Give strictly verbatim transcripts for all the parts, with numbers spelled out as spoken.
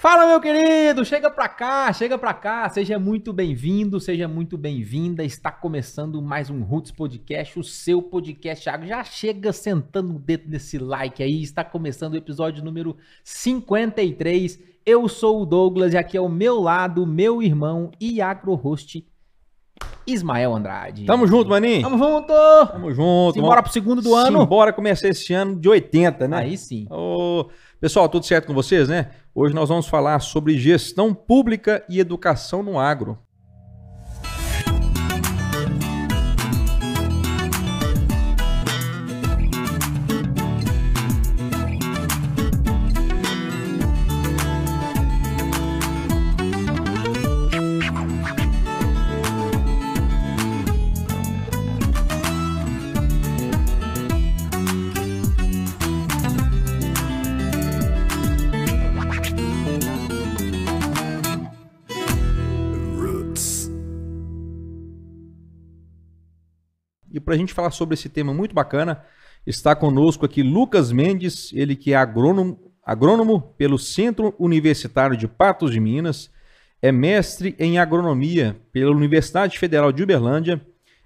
Fala, meu querido, chega pra cá, chega pra cá, seja muito bem-vindo, seja muito bem-vinda, está começando mais um Roots Podcast, o seu podcast, Thiago, já chega sentando o dedo nesse like aí, está começando o episódio número cinquenta e três, eu sou o Douglas e aqui ao meu lado, meu irmão e agro-host, Ismael Andrade. Tamo junto, maninho. Tamo junto. Tamo junto. Simbora pro segundo do ano. Simbora começar esse ano de oitenta, né? Aí sim. Ô, pessoal, tudo certo com vocês, né? Hoje nós vamos falar sobre gestão pública e educação no agro. E para a gente falar sobre esse tema muito bacana, está conosco aqui Lucas Mendes, ele que é agrônomo, agrônomo pelo Centro Universitário de Patos de Minas, é mestre em agronomia pela Universidade Federal de Uberlândia,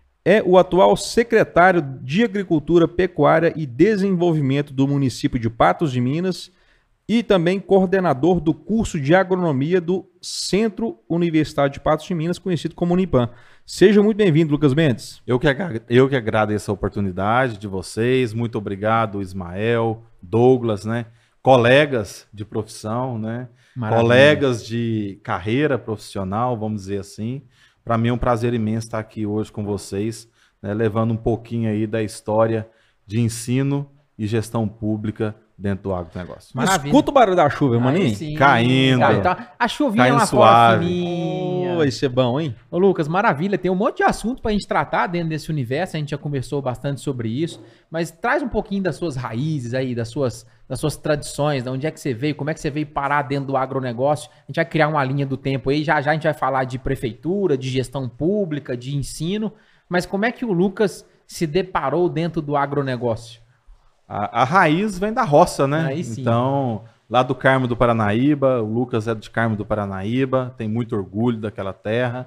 é o atual secretário de Agricultura, Pecuária e Desenvolvimento do município de Patos de Minas e também coordenador do curso de agronomia do Centro Universitário de Patos de Minas, conhecido como Unipam. Seja muito bem-vindo, Lucas Mendes. Eu que, eu que agradeço a oportunidade de vocês, muito obrigado, Ismael, Douglas, né? Colegas de profissão, né? Maravilha. Colegas de carreira profissional, vamos dizer assim. Para mim é um prazer imenso estar aqui hoje com vocês, né? Levando um pouquinho aí da história de ensino e gestão pública dentro do agronegócio. Maravilha. Escuta o barulho da chuva, maninho. Sim. Caindo. Cara, então, a chuvinha caindo lá suave. fora fininha. Vai ser bom, hein? Ô, Lucas, maravilha. Tem um monte de assunto pra gente tratar dentro desse universo. A gente já conversou bastante sobre isso. Mas traz um pouquinho das suas raízes aí, das suas, das suas tradições, de onde é que você veio, como é que você veio parar dentro do agronegócio. A gente vai criar uma linha do tempo aí. Já já a gente vai falar de prefeitura, de gestão pública, de ensino. Mas como é que o Lucas se deparou dentro do agronegócio? A, a raiz vem da roça, né? Aí sim. Então, lá do Carmo do Paranaíba, o Lucas é de Carmo do Paranaíba, tem muito orgulho daquela terra,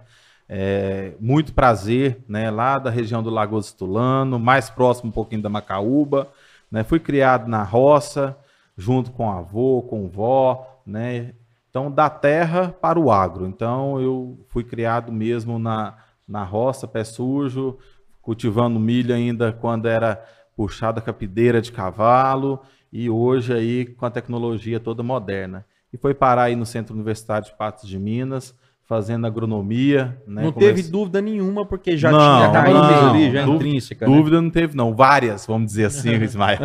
é, muito prazer, né? Lá da região do Lagoas Tulano, mais próximo um pouquinho da Macaúba, né? Fui criado na roça, junto com o avô, com o vó, né? Então, da terra para o agro. Então, eu fui criado mesmo na, na roça, pé sujo, cultivando milho ainda quando era puxada capideira de cavalo, e hoje aí com a tecnologia toda moderna. E foi parar aí no Centro Universitário de Patos de Minas, fazendo agronomia. Né? Não Comece... teve dúvida nenhuma, porque já não, tinha a raiz não, ali, já dúvida, intrínseca. Dúvida né? não teve não, várias, vamos dizer assim, Ismael.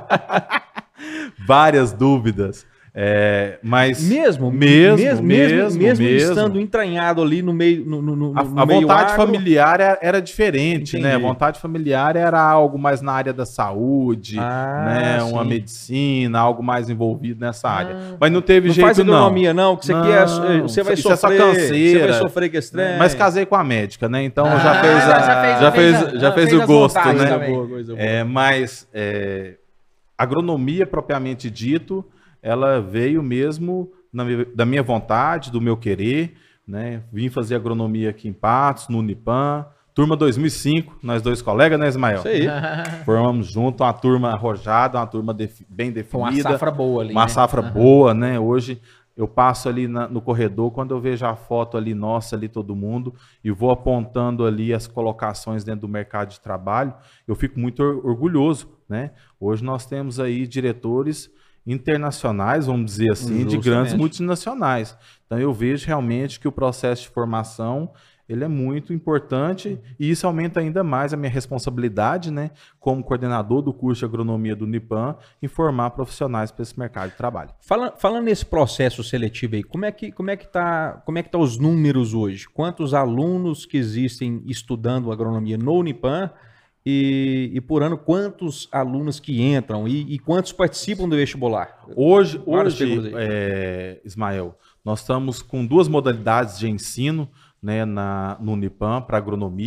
Várias dúvidas. É, mas mesmo, mesmo, mesmo, mesmo, mesmo, mesmo estando entranhado ali no meio, no, no, no, a, no a meio vontade agro, familiar era, era diferente, entendi. né? A vontade familiar era algo mais na área da saúde, ah, né? Sim. Uma medicina, algo mais envolvido nessa área. Ah, mas não teve não jeito faz agronomia, não. não, que você não, quer, você vai isso sofrer, é só canseira, você vai sofrer com esse trem. Mas casei com a médica, né? Então ah, já fez, a, já fez, já fez, fez, a, já fez, fez o gosto, vontades, né? Coisa boa, coisa boa. É, mas é, agronomia propriamente dito, ela veio mesmo na, da minha vontade, do meu querer, né? Vim fazer agronomia aqui em Patos, no Unipam, turma dois mil e cinco, nós dois colegas, né, Ismael? Isso aí. Formamos junto uma turma arrojada, uma turma defi bem definida. Uma safra boa ali, Uma né? safra uhum. boa, né? Hoje eu passo ali na, no corredor, quando eu vejo a foto ali, nossa, ali todo mundo, e vou apontando ali as colocações dentro do mercado de trabalho, eu fico muito orgulhoso, né? Hoje nós temos aí diretores internacionais, vamos dizer assim, Justamente. de grandes multinacionais. Então eu vejo realmente que o processo de formação ele é muito importante e isso aumenta ainda mais a minha responsabilidade, né, como coordenador do curso de agronomia do Unipam, em formar profissionais para esse mercado de trabalho. Fala, falando nesse processo seletivo aí, como é que como é que tá, como é que tá os números hoje? Quantos alunos que existem estudando agronomia no Unipam? E, e por ano, quantos alunos que entram e, e quantos participam do vestibular? Hoje, hoje é, Ismael, nós estamos com duas modalidades de ensino, né, na, no Unipam para agronomia.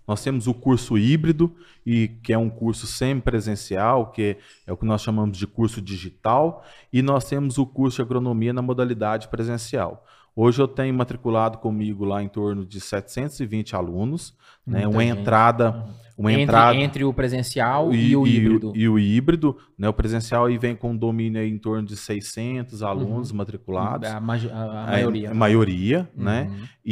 Nós temos o curso híbrido, e, que é um curso semipresencial, que é o que nós chamamos de curso digital, e nós temos o curso de agronomia na modalidade presencial. Hoje eu tenho matriculado comigo lá em torno de setecentos e vinte alunos, né, uma gente. entrada... Uma entre, entrada entre o presencial e, e o e híbrido. E, o híbrido, né, o presencial aí vem com um domínio aí em torno de seiscentos alunos uhum. matriculados. A, ma a, a maioria. A, a maioria, uhum. né?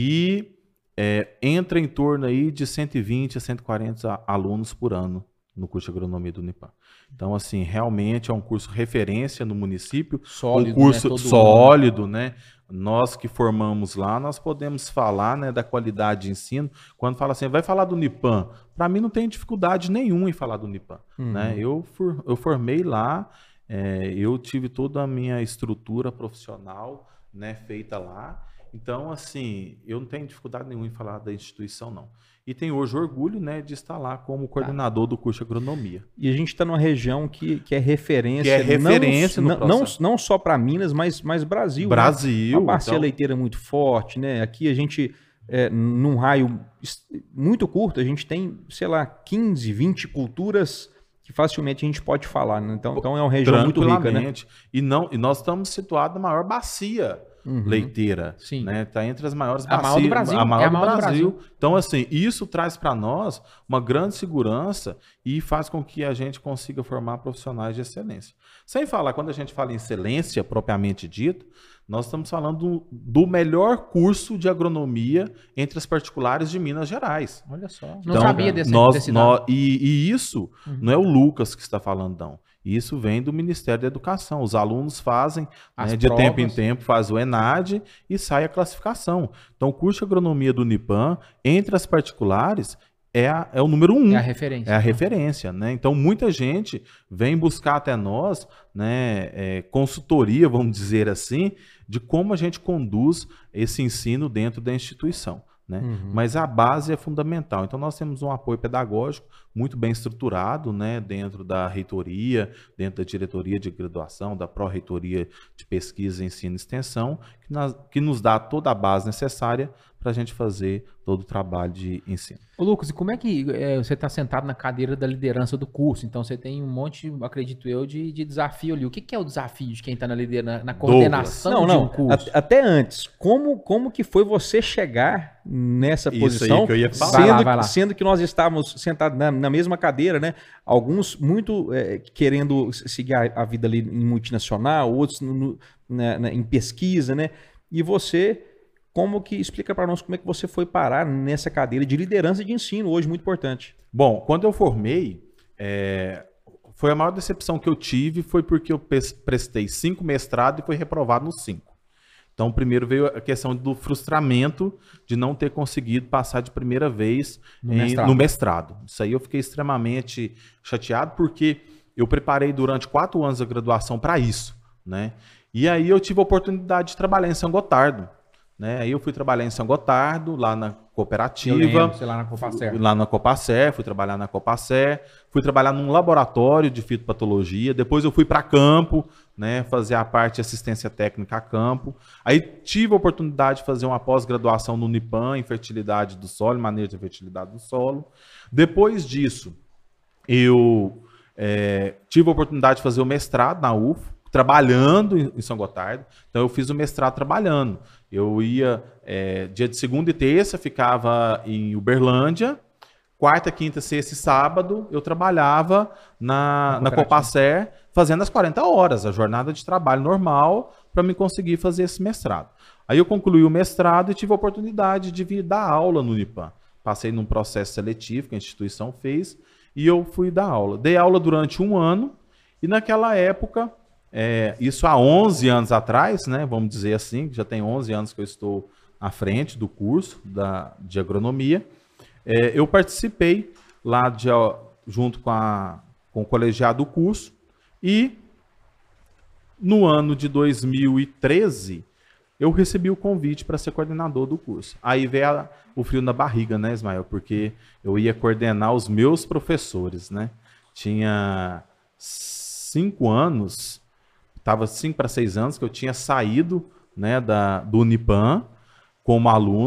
E é, entra em torno aí de cento e vinte a cento e quarenta alunos por ano no curso de agronomia do Unipan. Então, assim, realmente é um curso referência no município, sólido, um curso né? sólido, né? Nós que formamos lá, nós podemos falar, né, da qualidade de ensino. Quando fala assim, vai falar do Unipan, para mim não tem dificuldade nenhuma em falar do Unipan. Uhum. Né? Eu, for, eu formei lá, é, eu tive toda a minha estrutura profissional, né, feita lá. Então, assim, eu não tenho dificuldade nenhuma em falar da instituição, não. E tenho hoje orgulho, né, de estar lá como coordenador do curso de agronomia. E a gente está numa região que, que é referência. Que é referência não, no não, não só para Minas, mas, mas Brasil. Brasil. Né? Uma bacia então... leiteira muito forte, né? Aqui a gente, é, num raio muito curto, a gente tem, sei lá, quinze, vinte culturas que facilmente a gente pode falar. Né? Então, então é uma região muito rica, né? E, não, e nós estamos situados na maior bacia Uhum. leiteira, Sim. né? Tá entre as maiores a bacias, maior do Brasil, a maior, é a do, maior Brasil. do Brasil. Então, assim, isso traz para nós uma grande segurança e faz com que a gente consiga formar profissionais de excelência. Sem falar, quando a gente fala em excelência propriamente dito, nós estamos falando do, do melhor curso de agronomia entre as particulares de Minas Gerais. Olha só. Não então, sabia desse, nós, desse nós, e, e isso uhum. não é o Lucas que está falando, não. Isso vem do Ministério da Educação. Os alunos fazem, né, de tempo em tempo, faz o ENAD e sai a classificação. Então, o curso de agronomia do Unipan, entre as particulares, é, a, é o número um. É a referência. É a referência, né? Então, muita gente vem buscar até nós, né, é, consultoria, vamos dizer assim, de como a gente conduz esse ensino dentro da instituição. Né? Uhum. Mas a base é fundamental. Então, nós temos um apoio pedagógico muito bem estruturado, né, dentro da reitoria, dentro da diretoria de graduação, da pró-reitoria de pesquisa, ensino e extensão, que, nós, que nos dá toda a base necessária para a gente fazer todo o trabalho de ensino. Ô Lucas, e como é que é, você está sentado na cadeira da liderança do curso? Então você tem um monte, acredito eu, de, de desafio ali. O que, que é o desafio de quem está na liderança, na coordenação não, de não, um curso? A, até antes, como, como que foi você chegar nessa Isso posição? Aí que eu ia falar. Sendo, vai lá, vai lá. sendo que nós estávamos sentados na, na mesma cadeira, né? Alguns muito é, querendo seguir a, a vida ali em multinacional, outros no, no, na, na, em pesquisa, né? E você... Como que explica para nós como é que você foi parar nessa cadeira de liderança de ensino, hoje muito importante? Bom, quando eu formei, é, foi a maior decepção que eu tive, foi porque eu prestei cinco mestrados e fui reprovado nos cinco. Então, primeiro veio a questão do frustramento de não ter conseguido passar de primeira vez no, em, mestrado. no mestrado. Isso aí eu fiquei extremamente chateado, porque eu preparei durante quatro anos a graduação para isso, né? E aí eu tive a oportunidade de trabalhar em São Gotardo. Né? Aí eu fui trabalhar em São Gotardo, lá na cooperativa. Eu lembro, sei lá na Copacer. Lá na Copacer, fui trabalhar na Copacer, fui trabalhar num laboratório de fitopatologia, depois eu fui para campo, né, fazer a parte de assistência técnica a campo. Aí tive a oportunidade de fazer uma pós-graduação no Unipan em fertilidade do solo, manejo de fertilidade do solo. Depois disso, eu é, tive a oportunidade de fazer o mestrado na U F O, trabalhando em São Gotardo. Então eu fiz o mestrado trabalhando. Eu ia é, dia de segunda e terça, ficava em Uberlândia. Quarta, quinta, sexta e sábado eu trabalhava na, na Copacer, fazendo as quarenta horas, a jornada de trabalho normal, para me conseguir fazer esse mestrado. Aí eu concluí o mestrado e tive a oportunidade de vir dar aula no Unipan. Passei num processo seletivo que a instituição fez e eu fui dar aula. Dei aula durante um ano e naquela época... É, isso há onze anos atrás, né, vamos dizer assim, já tem onze anos que eu estou à frente do curso da, de agronomia. É, eu participei lá de, junto com, a, com o colegiado do curso e no ano de dois mil e treze eu recebi o convite para ser coordenador do curso. Aí veio a, o frio na barriga, né, Ismael? Porque eu ia coordenar os meus professores, né? Tinha cinco anos... Estava cinco para seis anos que eu tinha saído, né, da, do Unipan como aluno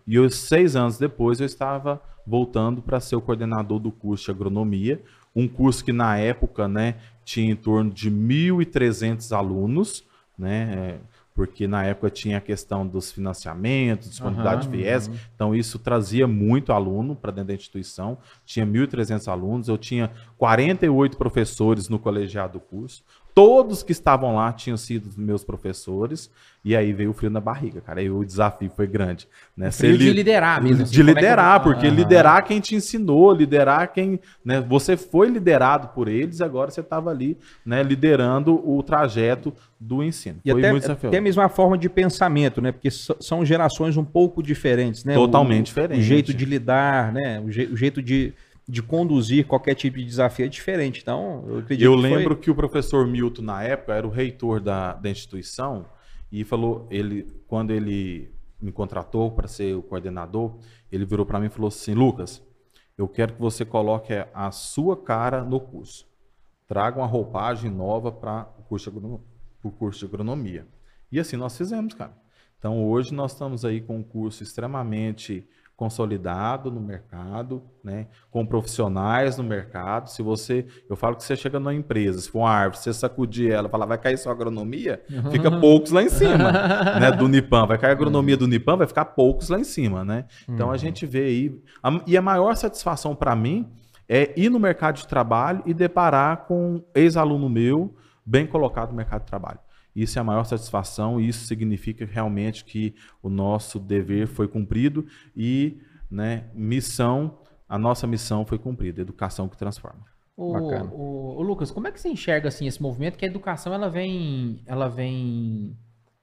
E eu, seis anos depois eu estava voltando para ser o coordenador do curso de agronomia, um curso que na época, né, tinha em torno de mil e trezentos alunos, né, porque na época tinha a questão dos financiamentos, disponibilidade Uhum, de viés, uhum. então isso trazia muito aluno para dentro da instituição, tinha mil e trezentos alunos, eu tinha quarenta e oito professores no colegiado do curso, todos que estavam lá tinham sido meus professores, e aí veio o frio na barriga, cara, aí o desafio foi grande. Né? O frio Ser de li- liderar mesmo. assim, De como é que eu liderar, vou- porque Aham. liderar quem te ensinou, liderar quem... Né, você foi liderado por eles, agora você estava ali, né, liderando o trajeto do ensino. E Foi até, muito até desafiador. a mesma forma de pensamento, né? Porque so- são gerações um pouco diferentes, né? Totalmente o, diferente. O jeito de lidar, né? O, je- o jeito de, de conduzir qualquer tipo de desafio é diferente. Então, eu acredito Eu que foi- lembro que o professor Milton, na época, era o reitor da, da instituição, e falou, ele, quando ele me contratou para ser o coordenador, ele virou para mim e falou assim: Lucas, eu quero que você coloque a sua cara no curso. Traga uma roupagem nova para o curso de agronomia. o curso de agronomia. E assim nós fizemos, cara. Então hoje nós estamos aí com um curso extremamente consolidado no mercado, né? Com profissionais no mercado. Se você, eu falo que você chega numa empresa, se for uma árvore, você sacudir ela, falar, vai cair só agronomia, fica poucos lá em cima, né? Do Nipan, vai cair a agronomia do Nipan, vai ficar poucos lá em cima, né? Então a gente vê aí, a, e a maior satisfação para mim é ir no mercado de trabalho e deparar com um ex-aluno meu bem colocado no mercado de trabalho. Isso é a maior satisfação e isso significa realmente que o nosso dever foi cumprido e, né, missão, a nossa missão foi cumprida, educação que transforma. O, Bacana. o, o Lucas, como é que você enxerga assim esse movimento? Que a educação ela vem, ela vem,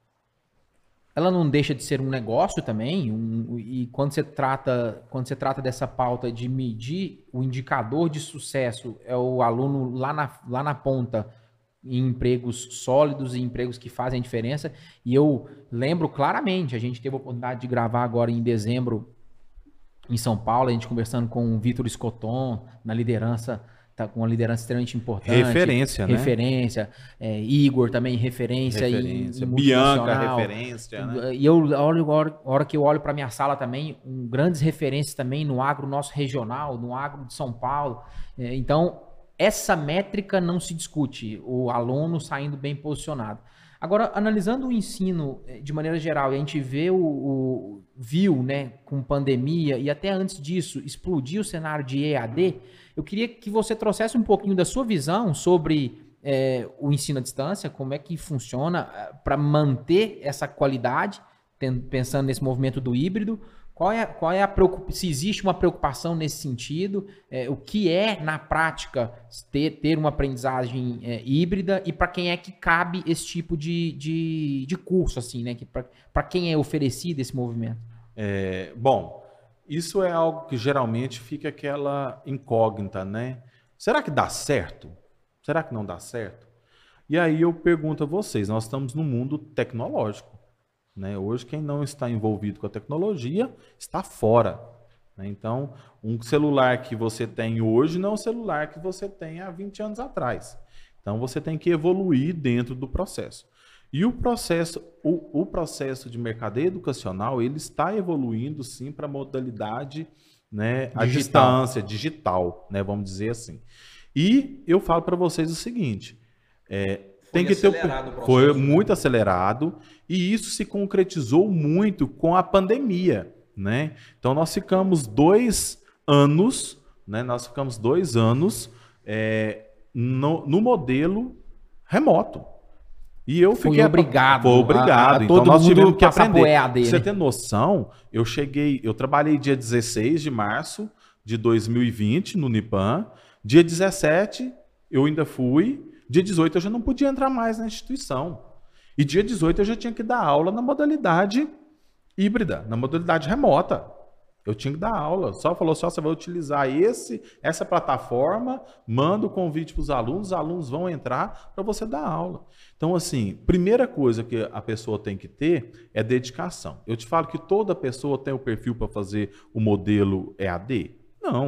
ela não deixa de ser um negócio também. Um, e quando você trata, quando você trata dessa pauta de medir o indicador de sucesso é o aluno lá na, lá na ponta em empregos sólidos e empregos que fazem diferença. E eu lembro claramente, a gente teve a oportunidade de gravar agora em dezembro em São Paulo, a gente conversando com o Vitor Escoton na liderança. Tá com uma liderança extremamente importante. Referência, né? Referência. É, Igor também, referência. Referência. Em, em Bianca, multinacional. referência, né? E eu, a hora, a hora que eu olho para minha sala também, um, grandes referências também no agro nosso regional, no agro de São Paulo. É, então, essa métrica não se discute, o aluno saindo bem posicionado. Agora, analisando o ensino de maneira geral, e a gente vê o, o viu, né, com pandemia e até antes disso, explodir o cenário de E A D, eu queria que você trouxesse um pouquinho da sua visão sobre é, o ensino à distância, como é que funciona para manter essa qualidade, tem, pensando nesse movimento do híbrido. Qual é, qual é a preocupação, se existe uma preocupação nesse sentido, é, o que é, na prática, ter, ter uma aprendizagem é, híbrida e para quem é que cabe esse tipo de, de, de curso, assim, né? Para quem é oferecido esse movimento? É, bom, isso é algo que geralmente fica aquela incógnita, né? Será que dá certo? Será que não dá certo? E aí eu pergunto a vocês, nós estamos no mundo tecnológico. Né? Hoje, quem não está envolvido com a tecnologia está fora. Né? Então, um celular que você tem hoje não é um celular que você tem há vinte anos atrás. Então, você tem que evoluir dentro do processo. E o processo, o, o processo de mercadeio educacional, ele está evoluindo, sim, para a modalidade, né, à distância, digital, né, vamos dizer assim. E eu falo para vocês o seguinte... É, Tem que ter o processo, foi muito acelerado e isso se concretizou muito com a pandemia, né? Então nós ficamos dois anos, né? Nós ficamos dois anos é, no, no modelo remoto. E eu Foi fiquei obrigado. Foi obrigado. A, a, a então todo nós mundo tivemos que passar aprender. pro E A D, Pra você né? ter noção, eu cheguei, eu trabalhei dia dezesseis de março de dois mil e vinte no Nipan. Dia dezessete eu ainda fui. Dia dezoito eu já não podia entrar mais na instituição. E dia dezoito eu já tinha que dar aula na modalidade híbrida, na modalidade remota. Eu tinha que dar aula. Só falou só, você vai utilizar esse, essa plataforma, manda o convite para os alunos, os alunos vão entrar para você dar aula. Então, assim, primeira coisa que a pessoa tem que ter é dedicação. Eu te falo que toda pessoa tem o perfil para fazer o modelo E A D? Não.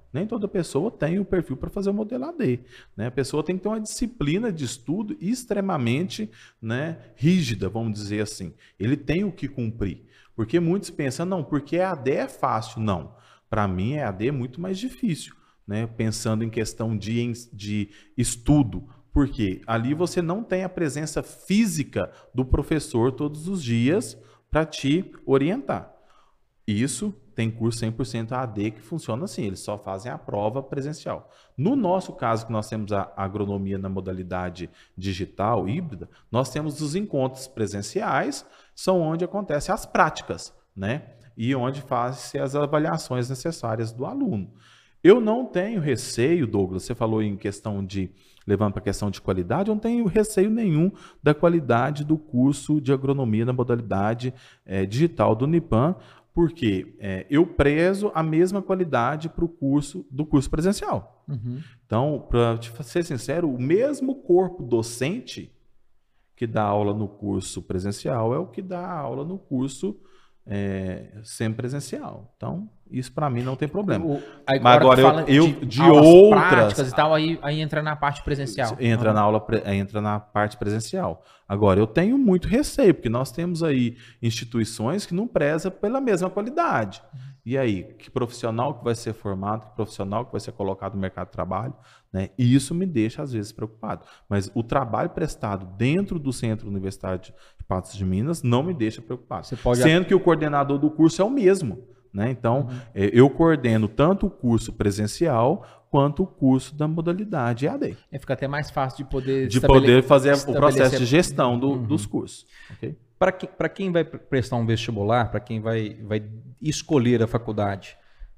Nem toda pessoa tem o perfil para fazer o modelo A D. Né? A pessoa tem que ter uma disciplina de estudo extremamente, né, rígida, vamos dizer assim. Ele tem o que cumprir. Porque muitos pensam, não, porque A D é fácil. Não. Para mim, A D é muito mais difícil. Né? Pensando em questão de, de estudo. Porque ali você não tem a presença física do professor todos os dias para te orientar. Isso tem curso cem por cento A D que funciona assim, eles só fazem a prova presencial. No nosso caso, que nós temos a agronomia na modalidade digital, híbrida, nós temos os encontros presenciais, são onde acontecem as práticas, né? E onde fazem as avaliações necessárias do aluno. Eu não tenho receio, Douglas, você falou em questão de, levando para a questão de qualidade, eu não tenho receio nenhum da qualidade do curso de agronomia na modalidade é, digital do Unipan, porque é, eu prezo a mesma qualidade para o curso do curso presencial. Uhum. Então, para te ser sincero, o mesmo corpo docente que dá aula no curso presencial é o que dá aula no curso é, semipresencial. Então, isso para mim não tem problema. O, aí, Mas agora eu, eu de, de outras e tal, aí, aí entra na parte presencial. Entra, uhum. na aula, entra na parte presencial. Agora, eu tenho muito receio, porque nós temos aí instituições que não prezam pela mesma qualidade. E aí, que profissional que vai ser formado, que profissional que vai ser colocado no mercado de trabalho, né? E isso me deixa, às vezes, preocupado. Mas o trabalho prestado dentro do Centro Universitário de Patos de Minas não me deixa preocupado. Você pode... Sendo que o coordenador do curso é o mesmo. Né? Então, uhum. eu coordeno tanto o curso presencial quanto o curso da modalidade E A D. É, fica até mais fácil de poder... De poder fazer o processo de gestão do, uhum. dos cursos. Okay? Para que, para quem vai prestar um vestibular, para quem vai, vai escolher a faculdade,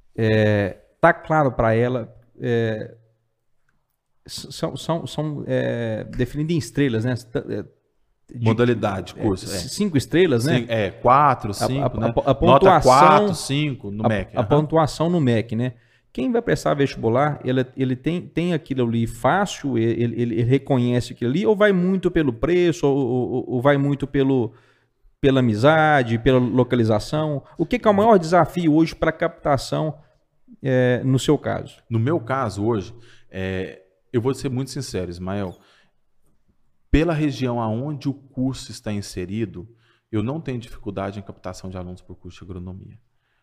é, tá claro para ela... É, são são, são é, definidas em estrelas, né? De, modalidade, curso. É, cinco estrelas, né? É, quatro, cinco, a, a, né? A, a pontuação, Nota quatro, cinco no a, M E C. A uhum. pontuação no M E C, né? Quem vai prestar vestibular, ele, ele tem, tem aquilo ali fácil, ele, ele, ele reconhece aquilo ali, ou vai muito pelo preço, ou, ou, ou vai muito pelo, pela amizade, pela localização? O que, que é o maior desafio hoje para captação é, no seu caso? No meu caso hoje, é, eu vou ser muito sincero, Ismael, pela região aonde o curso está inserido, eu não tenho dificuldade em captação de alunos por curso de agronomia.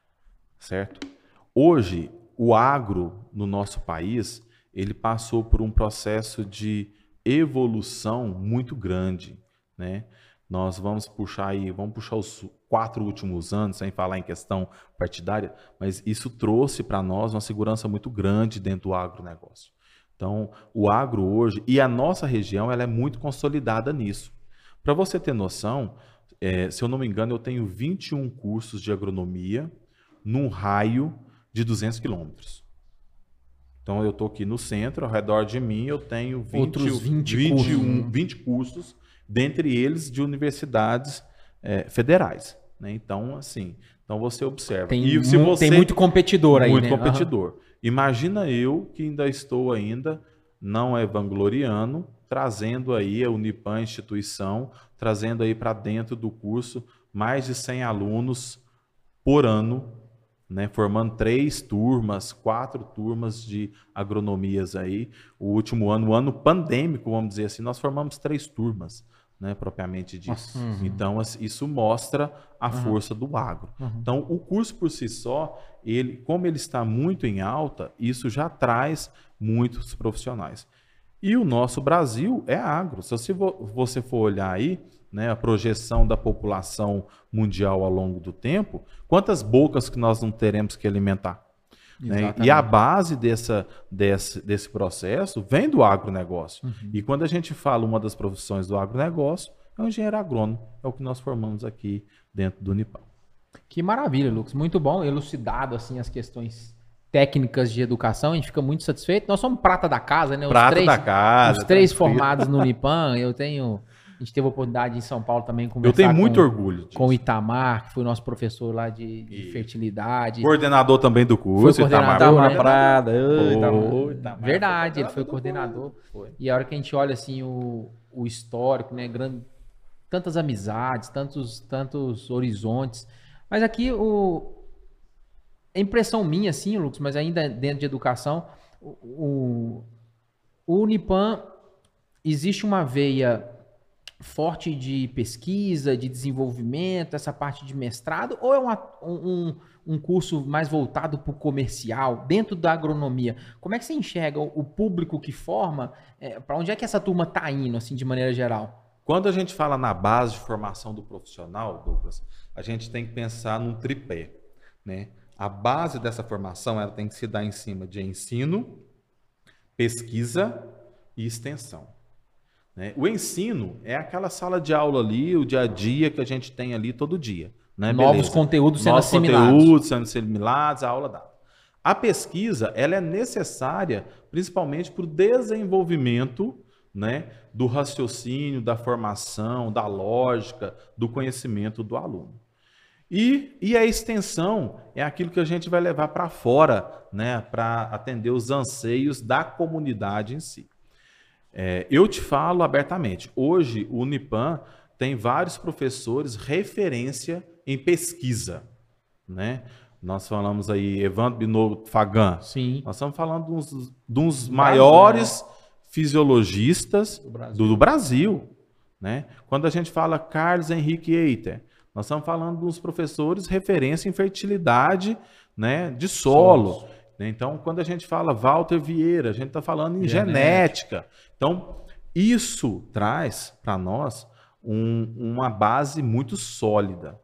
Certo? Hoje, o agro no nosso país, ele passou por um processo de evolução muito grande, né? Nós vamos puxar aí, vamos puxar os quatro últimos anos, sem falar em questão partidária, mas isso trouxe para nós uma segurança muito grande dentro do agronegócio. Então, o agro hoje, e a nossa região, ela é muito consolidada nisso. Para você ter noção, é, se eu não me engano, eu tenho vinte e um cursos de agronomia num raio de duzentos quilômetros. Então, eu estou aqui no centro, ao redor de mim, eu tenho vinte, outros vinte, vinte, cursos. vinte e um, vinte cursos, dentre eles de universidades é, federais. Né? Então, assim, então você observa. Tem, e se você, tem muito competidor aí, muito né? Muito competidor. Uhum. Imagina eu, que ainda estou ainda, não é vangloriano, trazendo aí a Unipan, instituição, trazendo aí para dentro do curso mais de cem alunos por ano, né, formando três turmas, quatro turmas de agronomias aí. O último ano, o ano pandêmico, vamos dizer assim, nós formamos três turmas, né, propriamente disso. Uhum. Então, isso mostra a uhum. força do agro. Uhum. Então, o curso por si só, ele, como ele está muito em alta, isso já traz muitos profissionais. E o nosso Brasil é agro. Se você for olhar aí, né, a projeção da população mundial ao longo do tempo, quantas bocas que nós não teremos que alimentar? Né? E a base dessa, desse, desse processo vem do agronegócio. Uhum. E quando a gente fala uma das profissões do agronegócio, é o engenheiro agrônomo. É o que nós formamos aqui dentro do Unipan. Que maravilha, Lucas. Muito bom, elucidado assim, as questões técnicas de educação. A gente fica muito satisfeito. Nós somos prata da casa, né? Os prata três, da casa. Os três formados no Unipan. Eu tenho... A gente teve a oportunidade em São Paulo também conversar. Eu tenho muito com, orgulho disso. Com o Itamar, que foi nosso professor lá de, de fertilidade. Coordenador também do curso. Foi coordenador, Itamar. né? Prada. Oh, Itamar. Verdade, ele foi coordenador. Foi. E a hora que a gente olha assim o, o histórico, né? Grande, tantas amizades, tantos, tantos horizontes. Mas aqui o, é impressão minha, assim, Lucas, mas ainda dentro de educação, o, o, o Unipan, existe uma veia forte de pesquisa, de desenvolvimento, essa parte de mestrado, ou é uma, um, um curso mais voltado para o comercial, dentro da agronomia? Como é que você enxerga o, o público que forma? É, para onde é que essa turma está indo, assim, de maneira geral? Quando a gente fala na base de formação do profissional, Douglas, a gente tem que pensar num tripé, né? A base dessa formação ela tem que se dar em cima de ensino, pesquisa e extensão. Né? O ensino é aquela sala de aula ali, o dia a dia que a gente tem ali todo dia. Né? Novos Beleza. conteúdos sendo Novos assimilados. conteúdos sendo assimilados, a aula dada. A pesquisa ela é necessária principalmente para o desenvolvimento, né, do raciocínio, da formação, da lógica, do conhecimento do aluno. E, e a extensão é aquilo que a gente vai levar para fora, né, para atender os anseios da comunidade em si. É, eu te falo abertamente, hoje o Unipan tem vários professores referência em pesquisa. Né? Nós falamos aí, Evandro Binotto Fagan. Sim. Nós estamos falando de uns, de uns maiores fisiologistas do Brasil. Do, do Brasil, né? Quando a gente fala Carlos Henrique Eiter, nós estamos falando dos professores referência em fertilidade, né, de solo. Solos. Então, quando a gente fala Walter Vieira, a gente está falando em genética. genética. Então, isso traz para nós um, uma base muito sólida.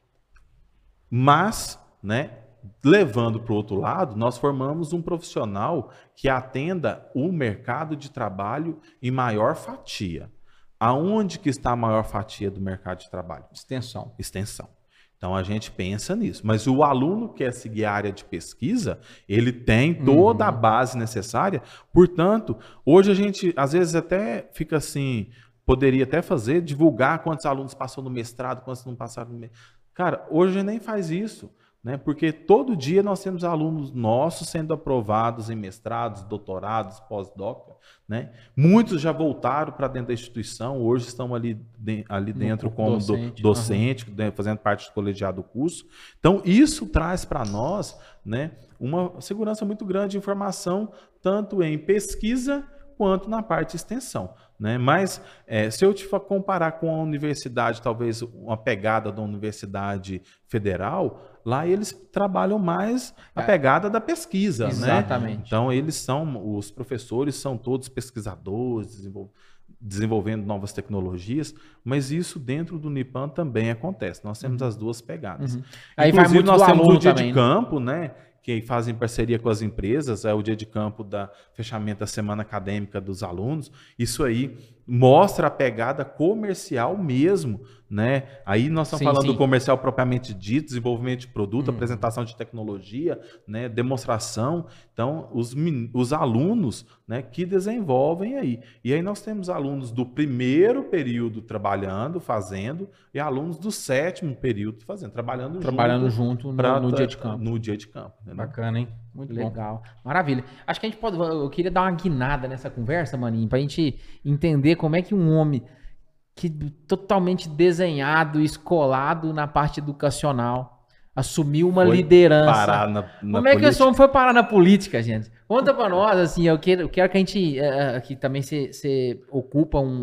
Mas, né, levando para o outro lado, nós formamos um profissional que atenda o mercado de trabalho em maior fatia. Aonde que está a maior fatia do mercado de trabalho? Extensão. Extensão. Então a gente pensa nisso. Mas o aluno que quer seguir a área de pesquisa, ele tem toda uhum. a base necessária. Portanto, hoje a gente às vezes até fica assim, poderia até fazer, divulgar quantos alunos passou no mestrado, quantos não passaram no mestrado. Cara, hoje nem faz isso. Né? Porque todo dia nós temos alunos nossos sendo aprovados em mestrados, doutorados, pós-doc. Né? Muitos já voltaram para dentro da instituição, hoje estão ali, de, ali dentro como docente, do, docente uhum. fazendo parte do colegiado do curso. Então, isso traz para nós, né, uma segurança muito grande de informação, tanto em pesquisa quanto na parte de extensão. Né? Mas, é, se eu te for comparar com a universidade, talvez uma pegada da universidade federal, lá eles trabalham mais a pegada da pesquisa. Exatamente. Né? Então, eles são, os professores são todos pesquisadores, desenvol... desenvolvendo novas tecnologias, mas isso dentro do Unipan também acontece. Nós temos uhum. as duas pegadas. Uhum. Aí vai muito nós do temos aluno o dia também, de campo, né? Que fazem parceria com as empresas, é o dia de campo da fechamento da semana acadêmica dos alunos. Isso aí mostra a pegada comercial mesmo, né? Aí nós estamos sim, falando sim. do comercial propriamente dito, desenvolvimento de produto, hum. apresentação de tecnologia, né? Demonstração. Então, os, os alunos, né, que desenvolvem aí. E aí nós temos alunos do primeiro período trabalhando, fazendo, e alunos do sétimo período fazendo, trabalhando, trabalhando junto, junto no, no dia de campo. No dia de campo. Né? Bacana, hein? Muito legal. Bom. Maravilha. Acho que a gente pode... Eu queria dar uma guinada nessa conversa, maninho, pra gente entender como é que um homem que totalmente desenhado, escolado na parte educacional, assumiu uma foi liderança. Parar na, na como é política. que esse homem foi parar na política, gente? Conta pra nós, assim, eu quero, eu quero que a gente... Uh, que também você ocupa um,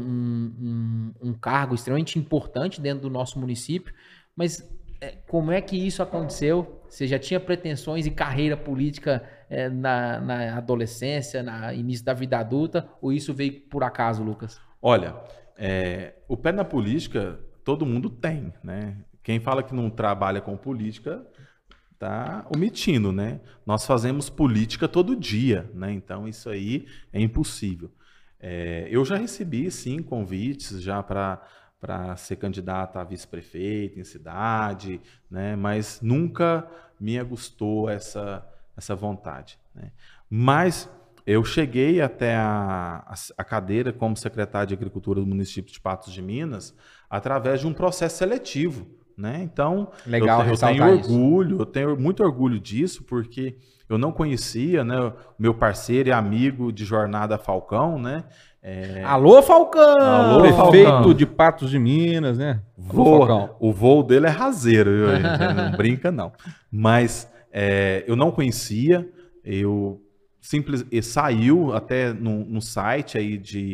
um, um cargo extremamente importante dentro do nosso município, mas... Como é que isso aconteceu? Você já tinha pretensões e carreira política é, na, na adolescência, no início da vida adulta, ou isso veio por acaso, Lucas? Olha, é, o pé na política todo mundo tem, né? Quem fala que não trabalha com política tá omitindo, né? Nós fazemos política todo dia, né? Então isso aí é impossível. É, eu já recebi, sim, convites já para... para ser candidato a vice-prefeito em cidade, né? Mas nunca me agustou essa, essa vontade. Né? Mas eu cheguei até a, a cadeira como secretário de Agricultura do município de Patos de Minas através de um processo seletivo. Né? Então, legal, eu, eu tenho orgulho, isso. eu tenho muito orgulho disso, porque eu não conhecia, né, o meu parceiro e amigo de jornada Falcão, né? É... Alô, Falcão! Alô, prefeito Falcão. De Patos de Minas, né? Voo, o voo dele é raseiro, viu? Não brinca, não. Mas É, eu não conhecia, eu simples, e saiu até no, no site aí de,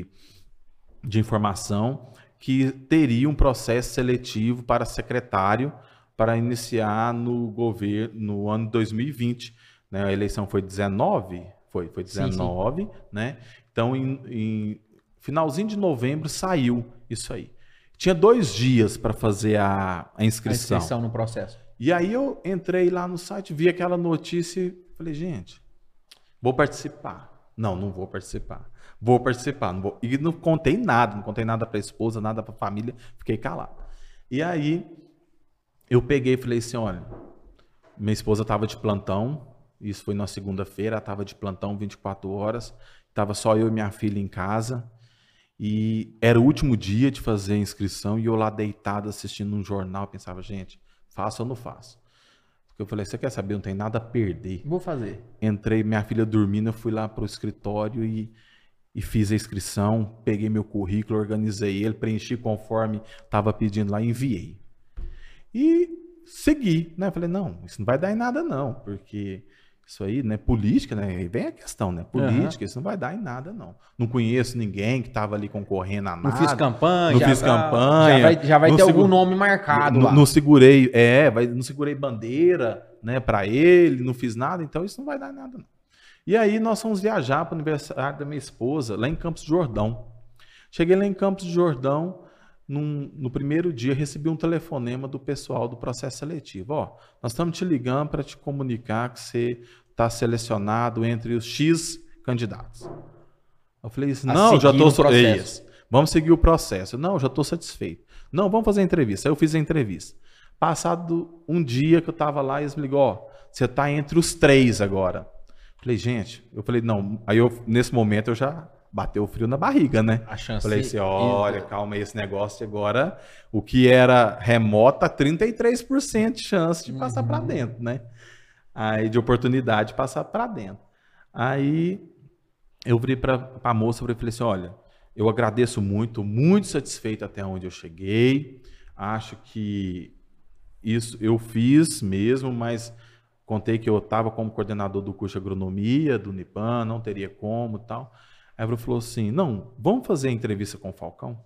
de informação que teria um processo seletivo para secretário para iniciar no governo no ano dois mil e vinte. Né? A eleição foi dezenove, foi, foi dezenove, sim, sim. Né? Então, em, em finalzinho de novembro saiu isso aí. Tinha dois dias para fazer a, a inscrição. A inscrição no processo. E aí eu entrei lá no site, vi aquela notícia e falei, gente, vou participar. Não, não vou participar. Vou participar. Não vou. E não contei nada, não contei nada para a esposa, nada para a família, fiquei calado. E aí eu peguei e falei assim, olha, minha esposa estava de plantão, isso foi na segunda-feira, ela estava de plantão vinte e quatro horas, estava só eu e minha filha em casa, e era o último dia de fazer a inscrição, e eu lá deitado assistindo um jornal, pensava, gente, faço ou não faço? Porque eu falei, você quer saber, não tem nada a perder. Vou fazer. Entrei, minha filha dormindo, eu fui lá para o escritório e, e fiz a inscrição, peguei meu currículo, organizei ele, preenchi conforme estava pedindo lá e enviei. E segui, né? Falei, não, isso não vai dar em nada não, porque isso aí, né, política, né, e vem a questão, né, política, uhum. Isso não vai dar em nada não. Não conheço ninguém que estava ali concorrendo a nada. Não fiz campanha. Não fiz já, campanha. Já vai, já vai ter segure, algum nome marcado não, lá. Não segurei, é, vai, não segurei bandeira, né, para ele, não fiz nada, então isso não vai dar em nada não. E aí nós fomos viajar para o aniversário da minha esposa, lá em Campos do Jordão. Cheguei lá em Campos do Jordão, Num, no primeiro dia, recebi um telefonema do pessoal do processo seletivo. Ó, nós estamos te ligando para te comunicar que você está selecionado entre os X candidatos. Eu falei assim, não, já estou... Vamos seguir o processo. Não, já estou satisfeito. Não, vamos fazer a entrevista. Aí eu fiz a entrevista. Passado um dia que eu estava lá, eles me ligaram, ó, você está entre os três agora. Eu falei, gente, eu falei, não. Aí eu, nesse momento, eu já... bateu o frio na barriga, né? A chance. Falei assim, olha, calma aí, esse negócio agora, o que era remota, trinta e três por cento de chance de passar uhum. para dentro, né? Aí, de oportunidade de passar para dentro. Aí, eu virei para a moça e falei assim, olha, eu agradeço muito, muito satisfeito até onde eu cheguei, acho que isso eu fiz mesmo, mas contei que eu estava como coordenador do curso de agronomia, do Unipan, não teria como e tal. Aí ela falou assim, não, vamos fazer a entrevista com o Falcão?